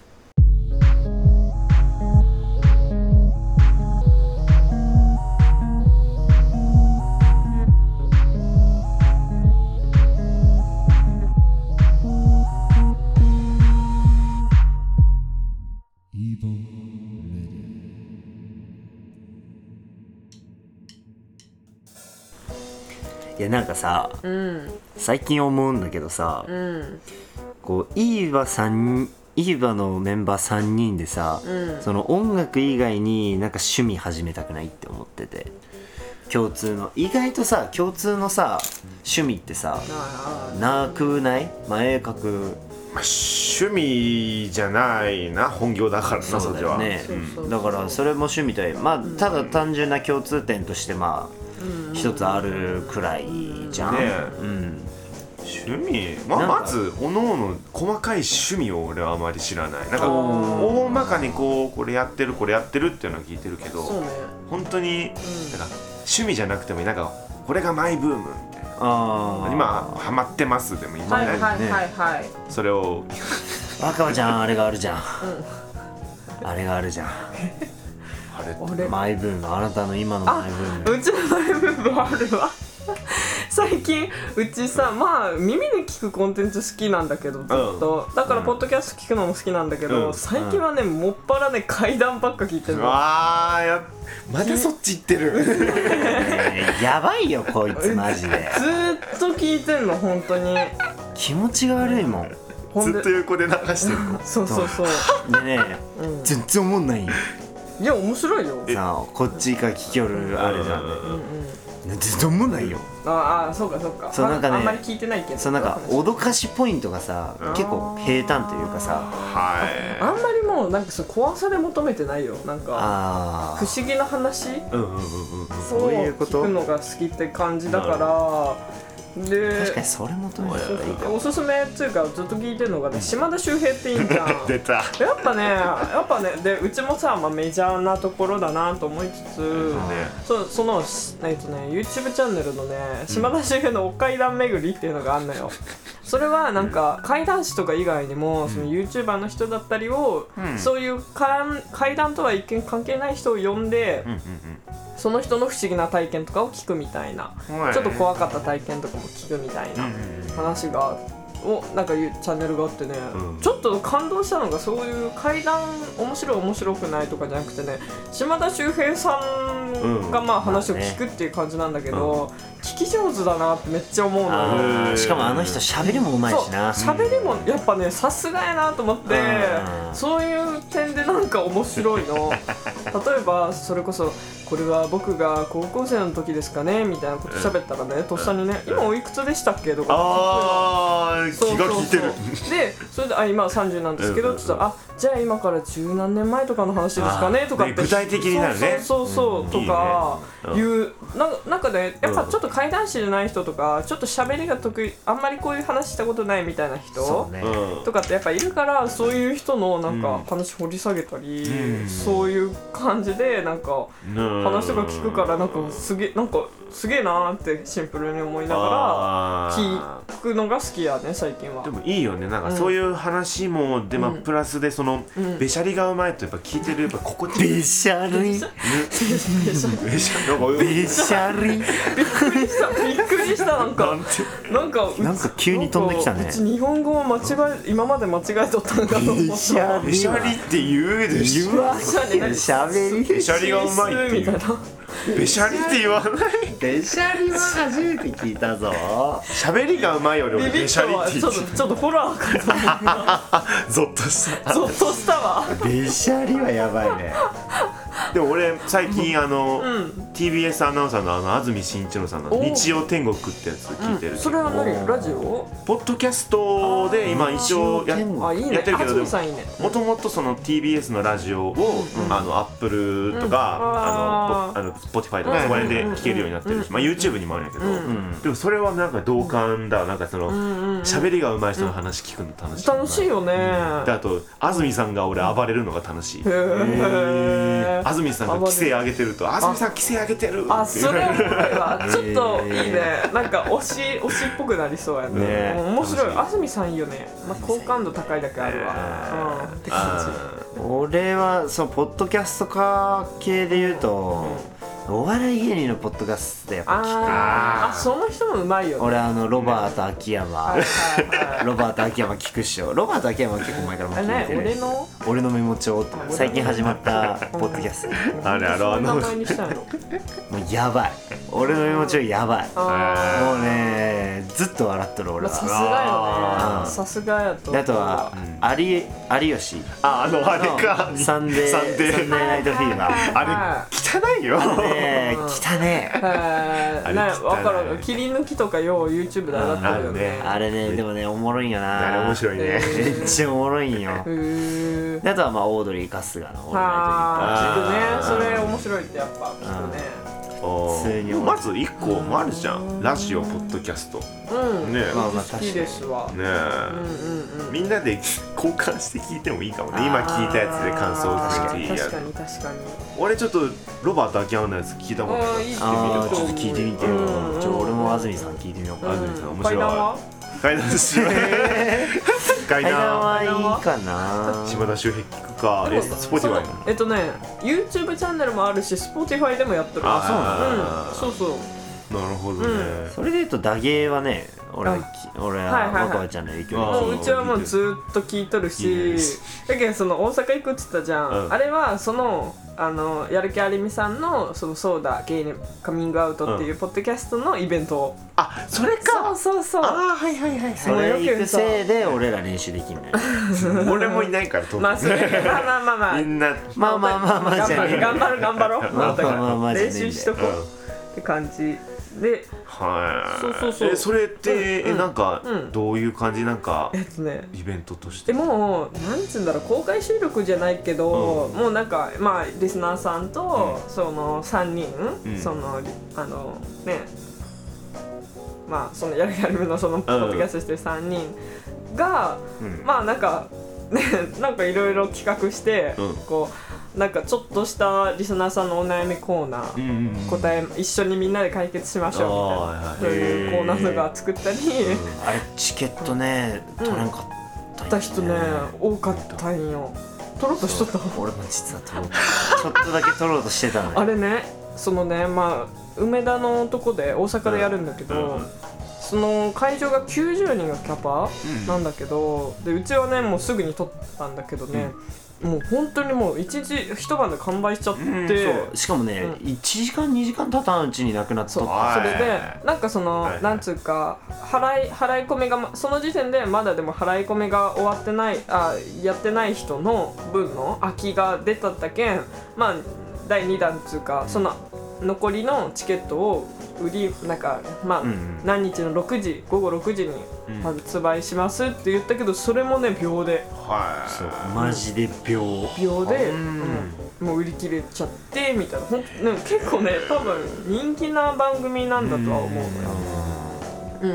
いやなんかさ、うん、最近思うんだけどさ、うん、こうイーバさんイーバのメンバーさんにんでさ、うん、その音楽以外になんか趣味始めたくないって思ってて共通の意外とさ共通のさ趣味ってさなくない？まあ絵描くまあ、趣味じゃないな本業だからなそうだよね、うん、だからそれも趣味とまあただ単純な共通点としてまあ一つあるくらいじゃん、ねうん、 趣味、まあ、まずおのおの細かい趣味を俺はあまり知らないなんか大まかにこうこれやってるこれやってるっていうのは聞いてるけど、ね、本当になんか趣味じゃなくてもなんかこれがマイブームみたいなあ今ハマってますでも今ね、 はいはいはいはい、 それを若葉ちゃんあれがあるじゃん、うん、あれがあるじゃんあれマイブーム、あなたの今のマイブーム。 うちのマイブームあるわ最近うちさ、まあ耳で聞くコンテンツ好きなんだけどずっと、うん、だからポッドキャスト聞くのも好きなんだけど、うん、最近はね、うん、もっぱらね怪談ばっか聞いてるの。 あーやまたそっち行ってるやばいよこいつマジでずっと聞いてんの本当に気持ちが悪いもん。 ずっと横で流してるのそうそうそうでね、うん、全然思んないよ。 いや面白いよ。 さあこっちから聞きよるあれじゃんね、うんうん、全然思んないよ。 ああそうかそうか。そうなんかね、あんまり聞いてないけど、 そうなんか脅かしポイントがさ結構平坦というかさ、 はいあんまりもうなんかそう怖さで求めてないよ。なんかあ不思議な話、 うんうんうんうん、 そういうこと聞くのが好きって感じだから。で確かにそれ求めたらいいか。 おすすめっていうかずっと聞いてるのがね、島田秀平っていいじゃん出た。 やっぱねやっぱねでうちもさ、まあ、メジャーなところだなと思いつつ、うんね、そ, その、えっとね、YouTube チャンネルのね島田秀平のお階段巡りっていうのがあるのよ。それはなんか怪談師とか以外にもその YouTuber の人だったりを、うん、そういう怪談とは一見関係ない人を呼んで、うんうんうん、その人の不思議な体験とかを聞くみたいな、ちょっと怖かった体験とかも聞くみたいな話がをなんかいうチャンネルがあってね、うん、ちょっと感動したのが、そういう怪談面白い面白くないとかじゃなくてね、島田秀平さんがまあ話を聞くっていう感じなんだけど、うん、聞き上手だなってめっちゃ思うのよ。 しかもあの人喋りもうまいしな。 喋りもやっぱねさすがやなと思って、そういう点でなんか面白いの。例えばそれこそこれは僕が高校生の時ですかねみたいなこと喋ったらね、とっさにね、今おいくつでしたっけとか、 あー気が利いてる。 でそれであ今はさんじゅうなんですけど、ちょっとあじゃあ今から十何年前とかの話ですかねとかって、 具体的になるね。 そうそうそうとかいうな中でやっぱちょっと怪談師じゃない人とか、ちょっと喋りが得意、あんまりこういう話したことないみたいな人とかってやっぱいるから、そういう人のなんか話掘り下げたり、そういう感じでなんか話とか聞くから、なんかすげなんかすげえなーってシンプルに思いながら聞くのが好きやね最近は。 でもいいよね、なんかそういう話も、うん、でまあプラスでその、うん、べしゃりがうまいとやっぱ聞いてるやっぱ心地いい。 べしゃりべしゃりべしゃりびっくりしたびっくりしたなんかなんかなんか急に飛んできたね。 うち日本語を間違え今まで間違えとったんかと思った。 べしゃりって言うでしょ。 言わしゃべりべしゃりがうまいって言う。べしゃりって言わない。 べしゃりは初めて聞いたぞ。 喋りがうまいより俺べしゃりって言って。 ちょっとちょっとホラーかと思った。 ゾッとした。 ゾッとしたわ。 べしゃりはやばいね。 でも俺最近あの、うん、ティービーエス アナウンサーのあの安住紳一郎さんの日曜天国ってやつ聞いてる、うん、 それは何ラジオポッドキャストで今一応 や, あいい、ね、 やってるけど、 もともとその ティービーエス のラジオを、うん、あのアップルとか、うん、あのあの Spotify とかそこら辺で聞けるようになってるし、まあ、YouTube にもあるんやけど、うん、でもそれはなんか同感だ。なんかその喋りが上手い人の話聞くの楽しい、 楽しいよね。 であと安住さんが俺暴れるのが楽しい。へー安住さんが規制上げてると、安住さん規制上げてるあそれはちょっといいね。なんか推し推しっぽくなりそうや ね, ね面白い。安住さんいいよね、まあ、好感度高いだけあるわ、うん、って感じ。 俺はそのポッドキャスト化系で言うと、うん、お笑い芸人のポッドキャストでやっぱ聞く。 ああその人もうまいよね。 俺あのロバート秋山ロバート秋山聞くっしょ。ロバート秋山は結構前からも聞いてる。 俺の俺のメモ帳って最近始まったポッドキャスト。 あれあれあの名前にしたいのもうやばい。俺のメモ帳やばい。もうねずっと笑っとる俺は。 さすがよね。さすがやと。 あとは有有吉。 ああのあれか。 サンデーサンデーナイトフィーバー。 あれ汚いよ。 ね汚ねえ。ねわかる。切り抜きとかよう YouTube で上がってるよね。 あれねでもねおもろいんやな。 あれ面白いね。 めっちゃおもろいんよ。あとはまあオードリー春日のオールナイトニッポン。 ああ聞くね。それ面白いってやっぱ聞くね。 普通にまずいっこもあるじゃん。ラジオポッドキャスト、 うん、 ねまあまあ好きですわね、うんうんうん、みんなで交換して聞いてもいいかもね。今聞いたやつで感想を聞いていいや確かに確かに。 俺ちょっとロバート秋山のやつ聞いたことない。 いいってあーちょっと聞いてみてよ。ちょ俺も安住さん聞いてみようか。 安住さん面白い。 階段は階段しない階階段段はいいかな。 島田秀平聞くか。えスポティファイえっとね YouTube チャンネルもあるし Spotify でもやってる。 あそうなの。うんそうそう。 なるほどね。 それで言うとダゲーはね、俺は俺は若葉ちゃんの影響もううちはもうずっと聞いとるし、だけどその大阪行くっつったじゃん。あれはそのあのやる気ありみさんのそのそうだゲイにカミングアウトっていうポッドキャストのイベント。 あそれか。 そうそうそう。 ああはいはいはい。 それ行くせいで俺ら練習できんね。 俺もいないからと。 まあそれまあまあまあまあ。 みんなまあまあまあまあじゃね。 頑張る頑張ろう。 まあまあまあまあ練習しとこうって感じ。で、 はい。 そうそうそう。 えそれってえなんかどういう感じなんかえっとねイベントとして。 でもなんつうんだろう公開収録じゃないけど、もうなんかまあリスナーさんとそのさんにんそのあのねまあそのやる気ありみのそのポッドキャストしてるさんにんがまあなんかねなんかいろいろ企画してこう。なんかちょっとしたリスナーさんのお悩みコーナー、答え一緒にみんなで解決しましょうみたいなそういうコーナーとか作ったり、 あれチケットね取れんかった人ね多かったんよ。取ろうとしとった俺も実は取ろうとちょっとだけ取ろうとしてたのよ。 あれねそのねまあ梅田のとこで大阪でやるんだけど、その会場がきゅうじゅうにんがキャパなんだけど、でうちはねもうすぐに取ったんだけどね、もう本当にもう一日一晩で完売しちゃって、うん、 そうしかもね、うん、いちじかんにじかん経たんうちになくなった。 そうそれでなんかその、はい、なんつうか払い払い込みがその時点でまだでも払い込みが終わってないあやってない人の分の空きが出たったけんまあだいにだんつうかその残りのチケットを売りなんかまあ、うんうん、何日のろくじごごろくじに発売しますって言ったけど、それもね秒で、 はい、 そうマジで秒秒で、うんうん、もう売り切れちゃってみたいな。ほんでも結構ね多分人気な番組なんだとは思うのよ。うん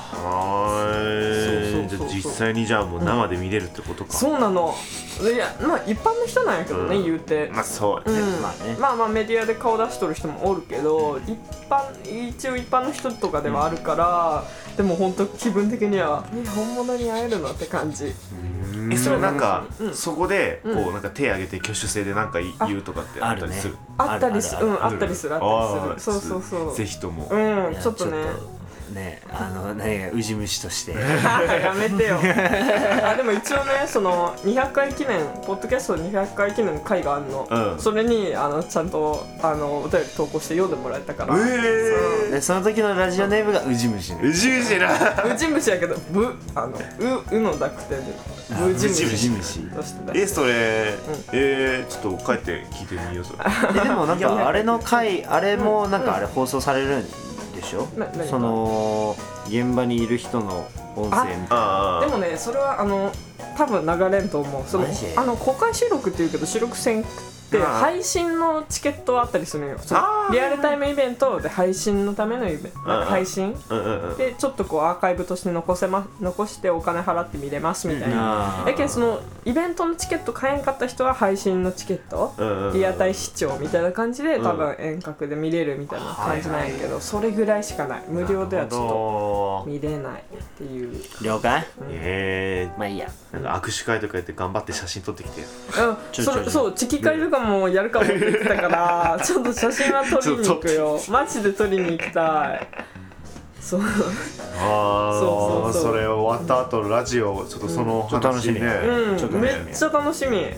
はいじゃあ実際にじゃあもう生で見れるってことか。 そうなの。いやまあ一般の人なんやけどね、うん、言うてまあそうね、 うん、まあねまあまあメディアで顔出しとる人もおるけど、うん、一般一応一般の人とかではあるから、うん、でも本当気分的にはえ本物に会えるのって感じ。 えそれなんか、うん、そこでこうなんか手挙げて挙手制でなんか言うとかってあったりする。 あったりするうんあったりするあったりする。そうそうそうぜひともうんちょっとねね、あのね、ウジ虫としてやめてよあでも一応ねそのにひゃっかい記念ポッドキャストにひゃっかい記念の回があるの、うん、それにあのちゃんとあのお便り投稿して読んでもらえたから、 えーうん、 でその時のラジオネームがウジ虫ね。 ウジ虫なウジ虫やけどブあのウウの濁点でウジ虫としてえそれ、うん、えー、ちょっと帰って聞いてみようそれえでもなんかあれの回あれもなんかあれ放送されるんでしょ、うん、その現場にいる人の音声みたいな。 でもねそれはあの多分流れんと思う。そのあの公開収録っていうけど収録せんで配信のチケットはあったりするのよ。そのリアルタイムイベントで配信のためのイベント配信でちょっとこうアーカイブとして残せま残してお金払って見れますみたいな。だけどそのイベントのチケット買えんかった人は配信のチケットリアタイ視聴みたいな感じで多分遠隔で見れるみたいな感じなんやけど、それぐらいしかない。無料ではちょっと見れないっていう。 了解。 ええまあいいや。 なんか握手会とかやって頑張って写真撮ってきて。 うんそそうチキ会とかもやるかもって言ってたからちょっと写真は撮りに行くよ。マジで撮りに行きたい。そうあそうそうそうそれ終わった後ラジオちょっとその話ね、 うんうん、めっちゃ楽しみ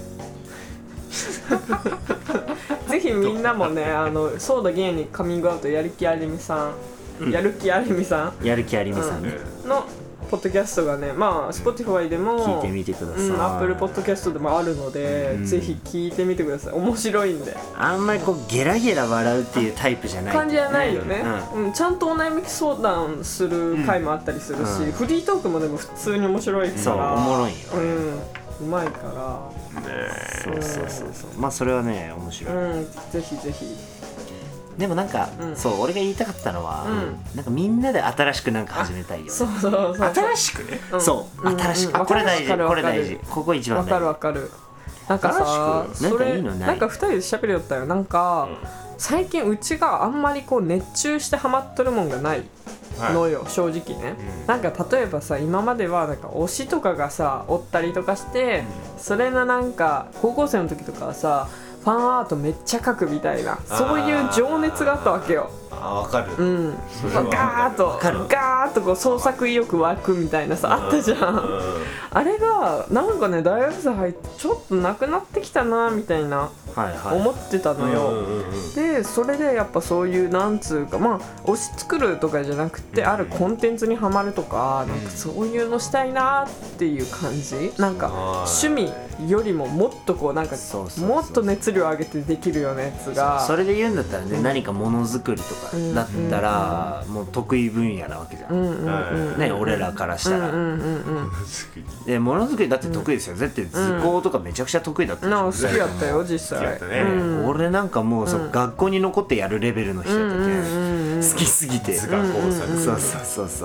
ぜひみんなもねあのそうだ芸にカミングアウトやる気ありみさん、うん、やる気ありみさんやる気ありみさんね、 うん、のポッドキャストがねまあ Spotify でも聞いてみてください、 うん、Apple Podcast でもあるので、うん、ぜひ聞いてみてください。面白いんで。 あんまりこうゲラゲラ笑うっていうタイプじゃない感じじゃないよね、うんうん、ちゃんとお悩み相談する回もあったりするし、うん、フリートークもでも普通に面白いからそうおもろいよ、 うん、うまいからねそうそうそうそうまあそれはね面白い、 うん、ぜひぜひでもなんか、うん、そう俺が言いたかったのは、うん、なんかみんなで新しくなんか始めたいよ、ね、 そうそうそうそう新しくね、 うん、そう新しく、うんうん、これ大事これ大事ここ一番大事わかるわかるなんかさそれなんかふたりで喋るよったよなんか、うん、最近うちがあんまりこう熱中してハマってるもんがないのよ、はい、正直ね、うん、なんか例えばさ今まではなんか推しとかがさおったりとかして、うん、それのなんか高校生の時とかはさファンアートめっちゃ描くみたいなそういう情熱があったわけよ。 あーわかる、 うん、ガーッとガーッとこう創作意欲湧くみたいなさあったじゃん、うん、あれがなんかね大学生入ってちょっとなくなってきたなみたいな思ってたのよ、でそれでやっぱそういうなんつうかまあ推し作るとかじゃなくてあるコンテンツにはまるとかなんかそういうのしたいなっていう感じなんか趣味よりももっとこうなんかもっと熱量上げてできるようなやつがそ, それで言うんだったらね、うん、何かものづくりとかだったら、うんうんうん、もう得意分野なわけじゃん、うんうんうん、ね俺らからしたら、うんうんうん、でものづくりだって得意ですよ、うん、だって図工とかめちゃくちゃ得意だったでしょ、 うん、好きやったよ実際、 ねうん、俺なんかもう、うん、学校に残ってやるレベルの人だったけ、うんうんうん、好きすぎて図画工作、 うんうん、そうそうそうそう、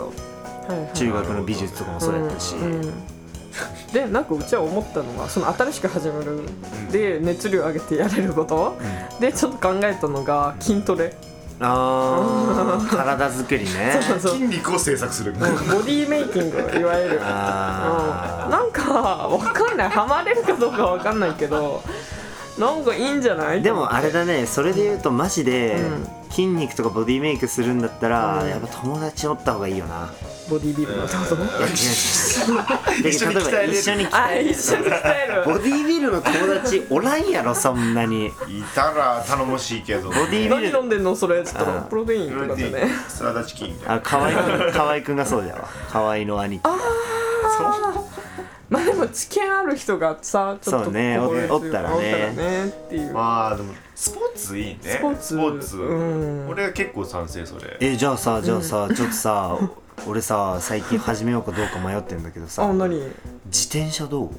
はいはい、中学の美術とかもそうやったし、うんうん、 でなんかうちは思ったのがその新しく始めるで熱量上げてやれること、うん、でちょっと考えたのが筋トレ。 あー体作りねそうそう筋肉を製作するボディーメイキングいわゆるあ、うん、なんかわかんないハマれるかどうかわかんないけどなんかいいんじゃない？ でもあれだねそれで言うとマジで筋肉とかボディメイクするんだったら、うん、やっぱ友達おった方がいいよな。 ボディビルのってこと？いや違う違う一緒に鍛える一緒に鍛えるボディビルの友達おらんやろそんなに。いたら頼もしいけどボディビル何飲んでんのそれっつったらプロテインとかでねサラダチキンみたいな。 あ河合くん河合くんがそうだわ河合の兄貴。 ああまあでも知見ある人がさちょっとそうね お, おったら ね, ねっていう。 まあでもスポーツいいね。 スポーツスポーツ、うん、俺は結構賛成それ。 えじゃあさじゃあさ、うん、ちょっとさ俺さ最近始めようかどうか迷ってんだけどさあ何自転車どう？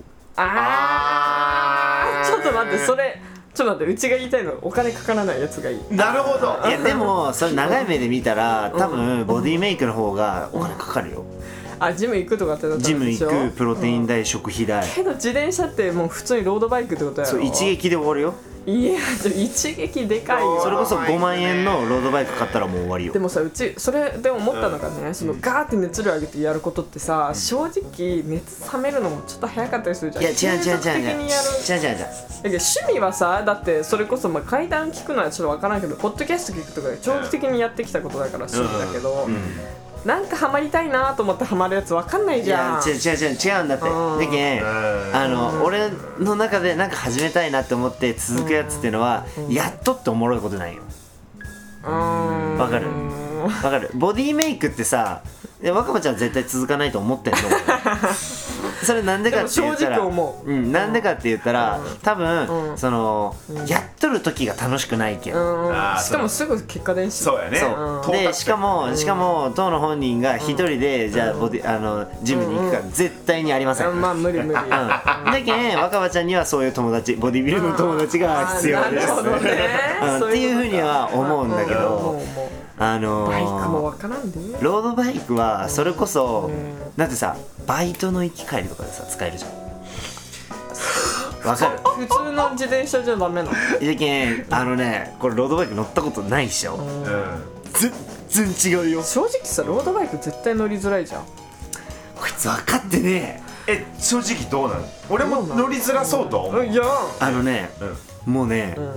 あーちょっと待ってそれちょっと待ってうちが言いたいのはお金かからないやつがいい。 なるほど。 いやでもそれ長い目で見たら多分ボディメイクの方がお金かかるよ。 あジム行くとかってなったらジム行くプロテイン代、うん、食費代けど自転車ってもう普通にロードバイクってことやろ。 そう一撃で終わるよ。 いや一撃でかいよ。 それこそごまんえんのロードバイク買ったらもう終わりよ。 でもさうちそれで思ったのがね、うん、そのガーって熱量上げてやることってさ、うん、正直熱冷めるのもちょっと早かったりするじゃん。 いや違う違う違う違う違う違う違う違う。 趣味はさだってそれこそまあ階段聞くのはちょっと分からんけどポッドキャスト聞くとか長期的にやってきたことだから趣味だけど、うんうんなんかハマりたいなと思ってハマるやつ分かんないじゃん。 いや違う違う違う違うんだって。だけんあの俺の中でなんか始めたいなって思って続くやつっていうのはやっとっておもろいことないよ。わかるわかる。ボディメイクってさ若葉ちゃんは絶対続かないと思ってんのそれなんでかって言ったら正直思う、 うん、なんでかって言ったら、うん、多分、うん、その、うん、やっとる時が楽しくないけん、 うん、しかもすぐ結果電子そうやね。 そうでしかもしかも当の本人が一人で、うん、じゃあボディあのジムに行くから絶対にありません、 うん、まあ無理無理、うん、だけん若葉ちゃんにはそういう友達ボディビルの友達が必要です、 うん、なるほどね、 うん、っていうふうには思うんだけど、あのー、 バイクもわからんでロードバイクはそれこそ、うん、だってさバイトの行き帰りとかでさ使えるじゃん。わかる。 普通の自転車じゃダメなの？ いやけんあのねこれロードバイク乗ったことないっしょ、うん、全然違うよ。 正直さロードバイク絶対乗りづらいじゃん。 こいつ分かってねえ。え正直どうなの？俺も乗りづらそうと思う。 いやあのね、うん、もうね、うん、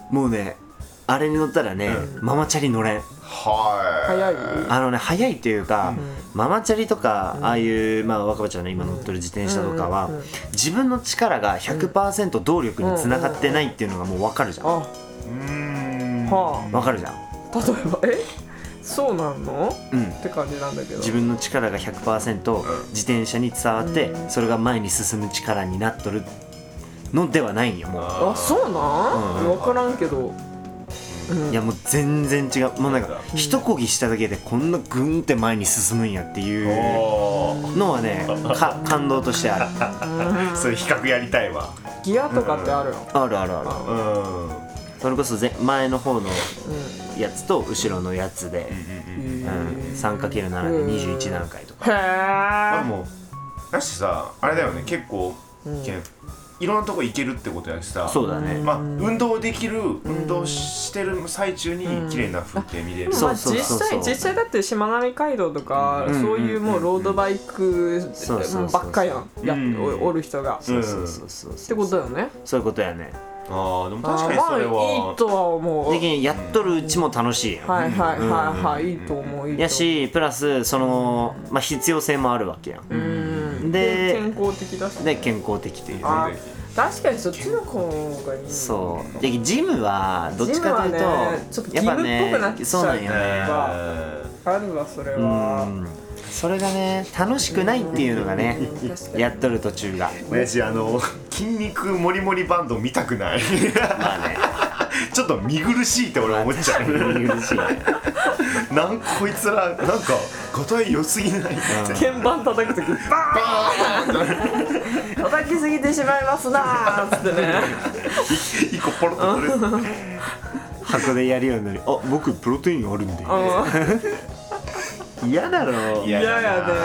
もうねあれに乗ったらね、うん、ママチャリ乗れん。 はい。 早い。 あのね早いっていうか、うん、ママチャリとか、うん、ああいうまあ若葉ちゃんの今乗ってる自転車とかは、うんうんうん、自分の力が ひゃくパーセント 動力につながってないっていうのがもう分かるじゃん。あ、うーん。はあ。 分かるじゃん。 例えばえそうなんの？うん。って感じなんだけど。 自分の力が ひゃくパーセント 自転車に伝わって、うん、それが前に進む力になっとるのではないんよもう。 あそうなん？うん、分からんけど。 うん、いやもう全然違う。もうなんか一漕ぎしただけでこんなグンって前に進むんやっていうのはねか感動としてある。 そういう比較やりたいわ。 ギアとかってあるの？ あるあるある。 うんそれこそ前の方のやつと後ろのやつで、うん、さんかけるなな でにじゅういち段階とか。 へまあーもうだしさあれだよね結構、うん、いろんなとこ行けるってことやしさ。 そうだね。 まあ運動できる運動してる最中に綺麗な風景見れる。 まあ実際実際だってしまなみ海道とか、うん、そういうもうロードバイクばっかやんや、うん、おる人が。 そうそうそうそう。 ってことよね。 そういうことやね。 ああでも確かにそれは、 まあ、いいとは思う。 できやっとるうちも楽しいやん。 はいはいはいはい、うん、いいと思う。いいと思うやしプラスそのまあ必要性もあるわけやん。 うんで健康的だし、 ね。で健康的という。 確かにそっちの方がいい。 そうでジムはどっちかというと、 ね、ちょっと義務っぽくなっちゃう。 そうなんよね。 あるわそれは。 うんそれがね楽しくないっていうのがねやっとる途中が。 私あの筋肉もりもりバンド見たくない。 まあねちょっと見苦しいって俺思っちゃう。 見苦しいね。 なんかこいつらなんかがたい良すぎないって鍵盤叩くときバーン叩きすぎてしまいますなーっつってね一個ポロッと取れる。 箱でやるようになり、あ僕プロテインあるんで嫌だろ。 嫌やね。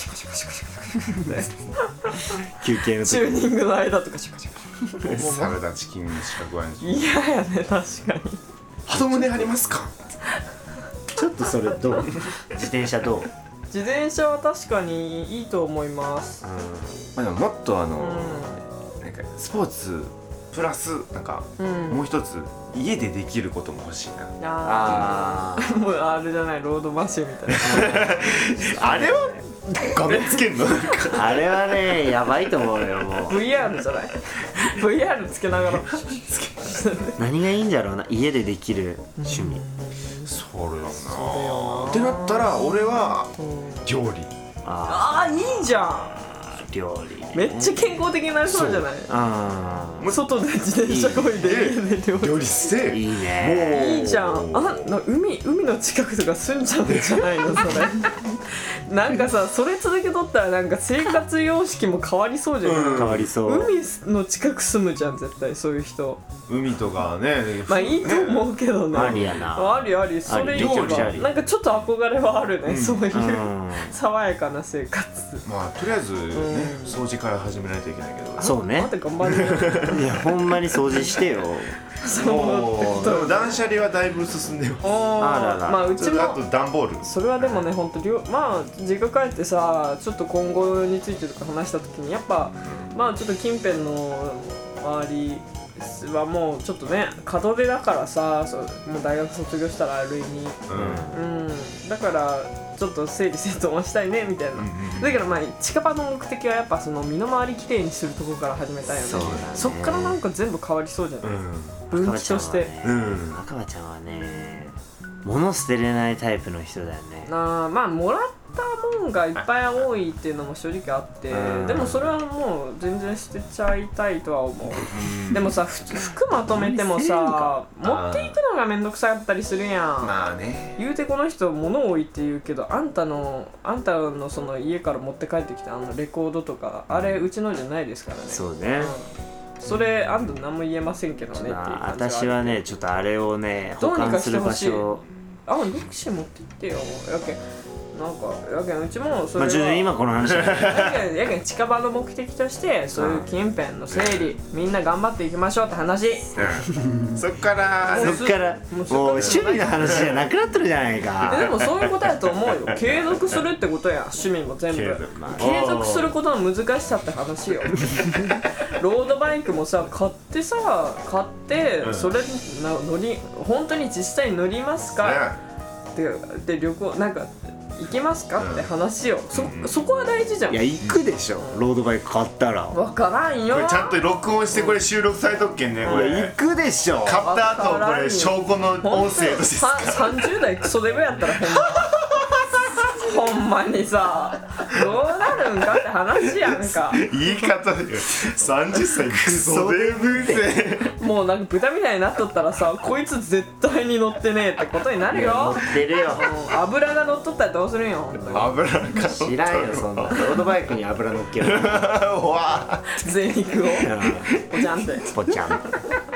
休憩の時チューニングの間とかシュカシュカサラダチキンしか食わないし。 嫌やね確かに。 鳩胸ありますか。 ちょっとそれどう自転車どう。 自転車は確かにいいと思います、 うんまあ、でももっとあの、うん、なんかスポーツプラスなんか、うん、もう一つ家でできることも欲しいな。 ああもうあれじゃないロードマシンみたいな。 あれは画面つけんの。 あれはねやばいと思うよもう。 ブイアール じゃない ブイアール つけながら何がいいんだろうな家でできる趣味。 それよなってなったら俺は料理。 ああいいじゃん。 料理、ね、 めっちゃ健康的になりそうじゃない。 あ外で自転車こいで家で料理していいね。 いいじゃん。あな海海の近くとか住んじゃうんじゃないのそれ。なんかさそれ続けとったらなんか生活様式も変わりそうじゃない、 うん、変わりそう。 海の近く住むじゃん絶対そういう人。 海とかねまあいいと思うけどね。 ありやな。 ありありそれいいわ。なんかちょっと憧れはあるね、うん、そういう、うん、爽やかな生活。 まあとりあえずね、うん、掃除から始めないといけないけど。 そうね。 待って頑張る。 いやほんまに掃除してよ。 そうでも断捨離はだいぶ進んでる。 あらら。 まあうちもあと段ボール。 それはでもね本当りょまあ実家帰ってさちょっと今後についてとか話した時にやっぱまあちょっと近辺の周りはもうちょっとね門出だからさそうもう大学卒業したら類に、うんうん、だからちょっと整理整頓はしたいねみたいな、うんうん、だからまあ近場の目的はやっぱその身の回りきれいにするところから始めたいよね。 そうだね。 そっからなんか全部変わりそうじゃない、うん、分岐として。 赤羽ちゃんはね物捨てれないタイプの人だよね。 あまあもらったもんがいっぱい多いっていうのも正直あって、うん、でもそれはもう全然捨てちゃいたいとは思う、うん、でもさ服まとめてもさ持っていくのがめんどくさかったりするやん。 まあね言うてこの人物多いって言うけどあんたのあんたのその家から持って帰ってきたあのレコードとかあれうちのじゃないですからね。 そうね、 うん、それあんた何も言えませんけどねっていう感じは。 私はねちょっとあれをね保管する場所。 あ、ロクシー持って行ってよ。やけなんかやけんうちもそれは、まあ、 ちょっと今この話やけんやけん近場の目的としてそういう近辺の整理みんな頑張っていきましょうって話、 うん、そっからそっからもう趣味の話じゃなくなってるじゃないか。 でもそういうことやと思うよ。継続するってことや趣味も全部継続、まあ、継続することの難しさって話よ。ロードバイクもさ買ってさ買ってそれな乗り本当に実際乗りますか、うん、で, で旅行なんか行きますか、うん、って話よ、そ, そこは大事じゃん。 いや行くでしょ、うん、ロードバイク買ったら。 分からんよ。 これちゃんと録音してこれ収録されとっけんね、これ。 行くでしょ。 買った後これ証拠の音声として使う。 さんじゅう代クソデブやったらほんまほんまにさどうなるんかって話やんか。 言い方でさんじゅっさいクソデブってもうなんか豚みたいになっとったらさこいつ絶対に乗ってねえってことになるよ。 乗ってるよ。 油が乗っとったらどうするんよ。 油が知らんよそんな。ロードバイクに油乗っける。 贅肉をポチャンってポチャン。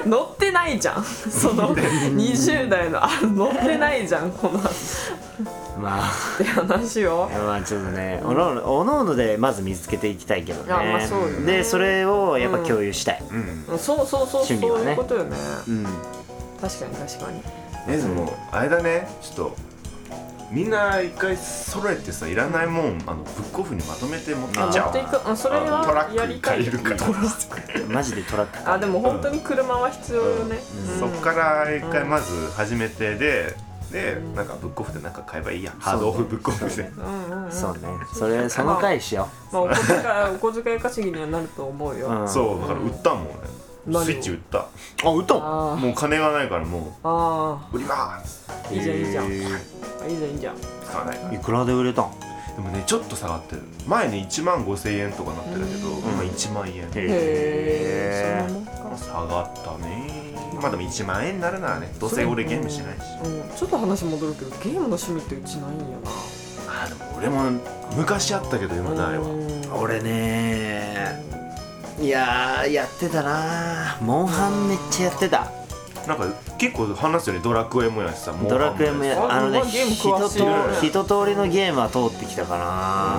乗ってないじゃんそのにじゅう代のあ乗ってないじゃんこのまあって話をまあちょっとね、おのおのおのおのでまず見つけていきたいけどね。 あまあそうよねでそれをやっぱ共有したい。 うん、 そうそうそう、 趣味はねそういうことよね、 うん。 確かに確かにえでもあれだね、ちょっとみんな一回揃えてさ、いらないもんあのブックオフにまとめて持ってっちゃう。 持っていく、あそれあのトラックはやりたい借りるからマジでトラック。 あでも本当に車は必要よね、 うんそっから一回まず始めてででなんかブックオフでなんか買えばいいや、ハードオフブックオフで。 うんうんうん、 そうね。それその回しよまあお小遣いお小遣い稼ぎにはなると思うよ、 う。うん、 そうだから売ったもん何を俺スイッチ売った。 あ、歌。 あもう金がないからもあう売りますいいじゃんいいじゃん、 へいいじゃんいいじゃん使わないから。 ーいくらで売れたん？ でもねちょっと下がってる。前ねいちまんごせんえんとかなってたけど、 うん今いちまんえん。 へえそんなもんか、 下がったね。まあでもいちまんえんになるならね、どうせ俺ゲームしないし。 うん、ちょっと話戻るけどゲームの趣味ってうちないんよな。 あでも俺も昔あったけど今ないわ。 うん俺ねー、いやーやってたなー。モンハンめっちゃやってた。 なんか結構話すよね、ドラクエもやってさ、 ドラクエもやああのね、 うまいゲーム一通詳しいねり一通りのゲームは通ってきたかな。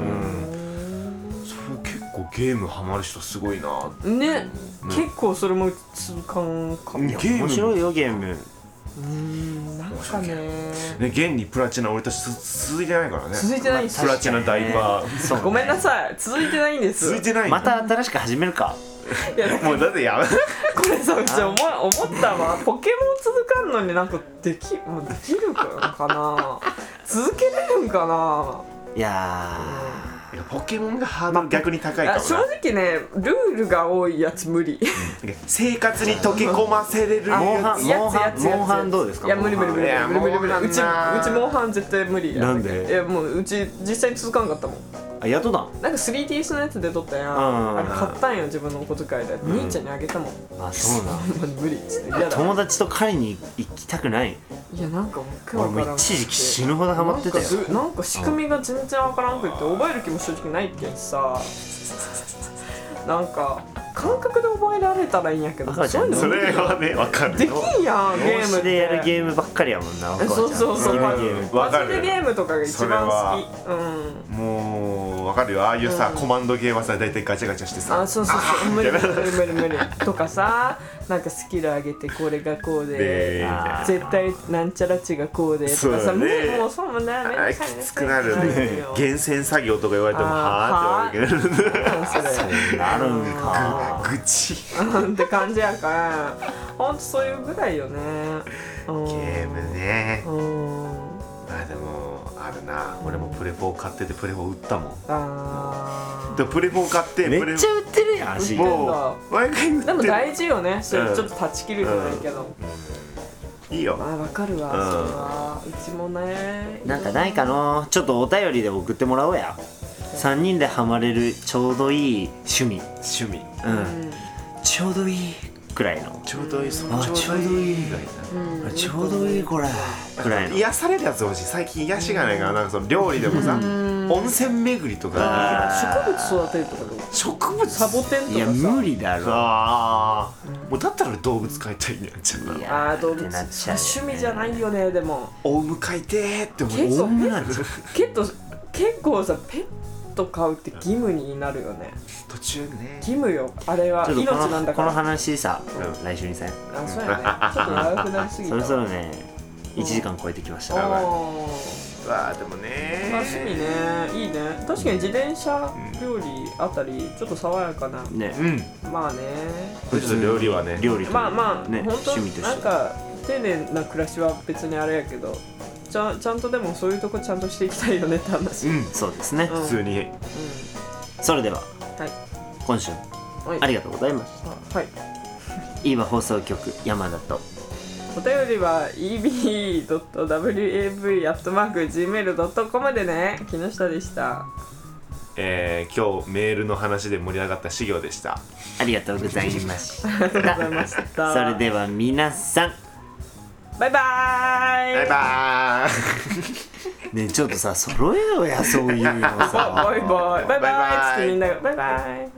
そう結構ゲームハマる人すごいな。 ね、結構それも痛感かも。 ゲーム面白いよゲーム。 うーん、なんかねね、現にプラチナ俺たちす続いてないからね。 続いてないんですよ。 プラチナダイバーそうねごめんなさい、続いてないんです。 続いてないんだまた新しく始めるか。 いやもうだってやめこれさ、うち思い思ったわ。ポケモン続かんのになんかできもうできるかな。続けれるんかな。 いやいやポケモンがハードル逆に高いかあ正もな。 直ね、ルールが多いやつ無理。 生活に溶け込ませれるー、モンハンやつモンハやつやつンモンハンどうですか？ いや無理無理無理いや無理無理無理モンハンうちなうちモンハン絶対無理やなんでいやもううち実際に続かんかったもん。 あ、やっとだ。 なんか スリーディーエス のやつで撮ったやん、 うんあれ買ったんよ自分のお小遣いで、 ん兄ちゃんにあげたもん。 あ、そうなん。 無理っつって嫌だ。 友達と狩りに行きたくない。 いやなんか僕俺も一時期死ぬほどハマってたよ。 なんかなんか仕組みが全然わからんくって覚える気も正直ないけどさ、なんか感覚で覚えられたらいいんやけど、 わかるじゃんそういうのそれはね分かる。 できんやんゲームって。 でやるゲームばっかりやもんな。お母ちゃんそうそうそう、 好きなマジゲーム。 わかるマジでゲームとかが一番好き。うん。 もう分かるよ。ああいうさ、 うんコマンドゲーはさ大体ガチャガチャしてさ、 あ、そうそうそう、無理無理無理無理無理とかさ、なんかスキル上げてこれがこうでであー絶対なんちゃらちがこうでとかさ、 そうだね無理、もうそうもね、めんどくあさいきつくなるね。 よ厳選作業とか言われてもはあって言われるけど何それそうなるんか。 愚痴。 うんって感じやからほんとそういうぐらいよね。うんゲームね。 うんまあでもあるな。俺もプレフォー買っててプレフォー売ったもん。 あでプレフォー買ってめプレっちゃ売ってるやん足。 売ってんだもう毎回売ってる。 ーでも大事よね、それちょっと断ち切るじゃないけど、 いいよ。 あ、わかるわ、 うんそれはうちもね。 なんかないかの。ちょっとお便りで送ってもらおうや。さんにんでハマれるちょうどいい趣味。 趣味。 う。 うんんちょうどいいくらいの。 ちょうどいい。そあのちょうどいい以外うんちょうどいいこれくらいな。 の。 癒されるやつ欲しい。最近癒しがないからなんかその料理でもさ、温泉巡りとか植物育てるとかどう？ 植物サボテンとかさ。 いや無理だろ。 ああ、もうだったら俺動物飼いたいんやっちゃうな。 いやあー動物ってなっちゃうよね趣味じゃないよね。でもお迎えてーって思う。 結構女なんじゃ結構結構さ、ペット飼うって義務になるよね。 途中ね。 義務よ、あれはちょっと命このこのなんだから。 話さ、 うん来週にせん。 あ、そうやね、ちょっと長くなりすぎたそろそろねいちじかん超えてきました。 やばいあわあでもねーまあ趣味ね、いいね。確かに自転車料理あたりちょっと爽やかな。 ね、 うん。 まあね、 ちょっと料理はね。 料理とまあまあ、 ね本当趣味としてなんか丁寧な暮らしは別にあれやけど、ちゃんちゃんとでもそういうとこちゃんとしていきたいよねって話。 うん。 そうですね、 うん普通に。 それでははい今週もはい、 ありがとうございました。 あはい。 いいわ放送局山田とお便りは イービードットダブリューエーブイ アットマーク ジーメール ドットコム でね。木下でした。 えー、今日メールの話で盛り上がった修行でした。 ありがとうございましありがとうございましたた。それでは皆さんバイバーイ。 バイバーイ。 ねえちょっとさ揃えろやそういうのさバイバイバイバイバイバイつってみんながバイバイ。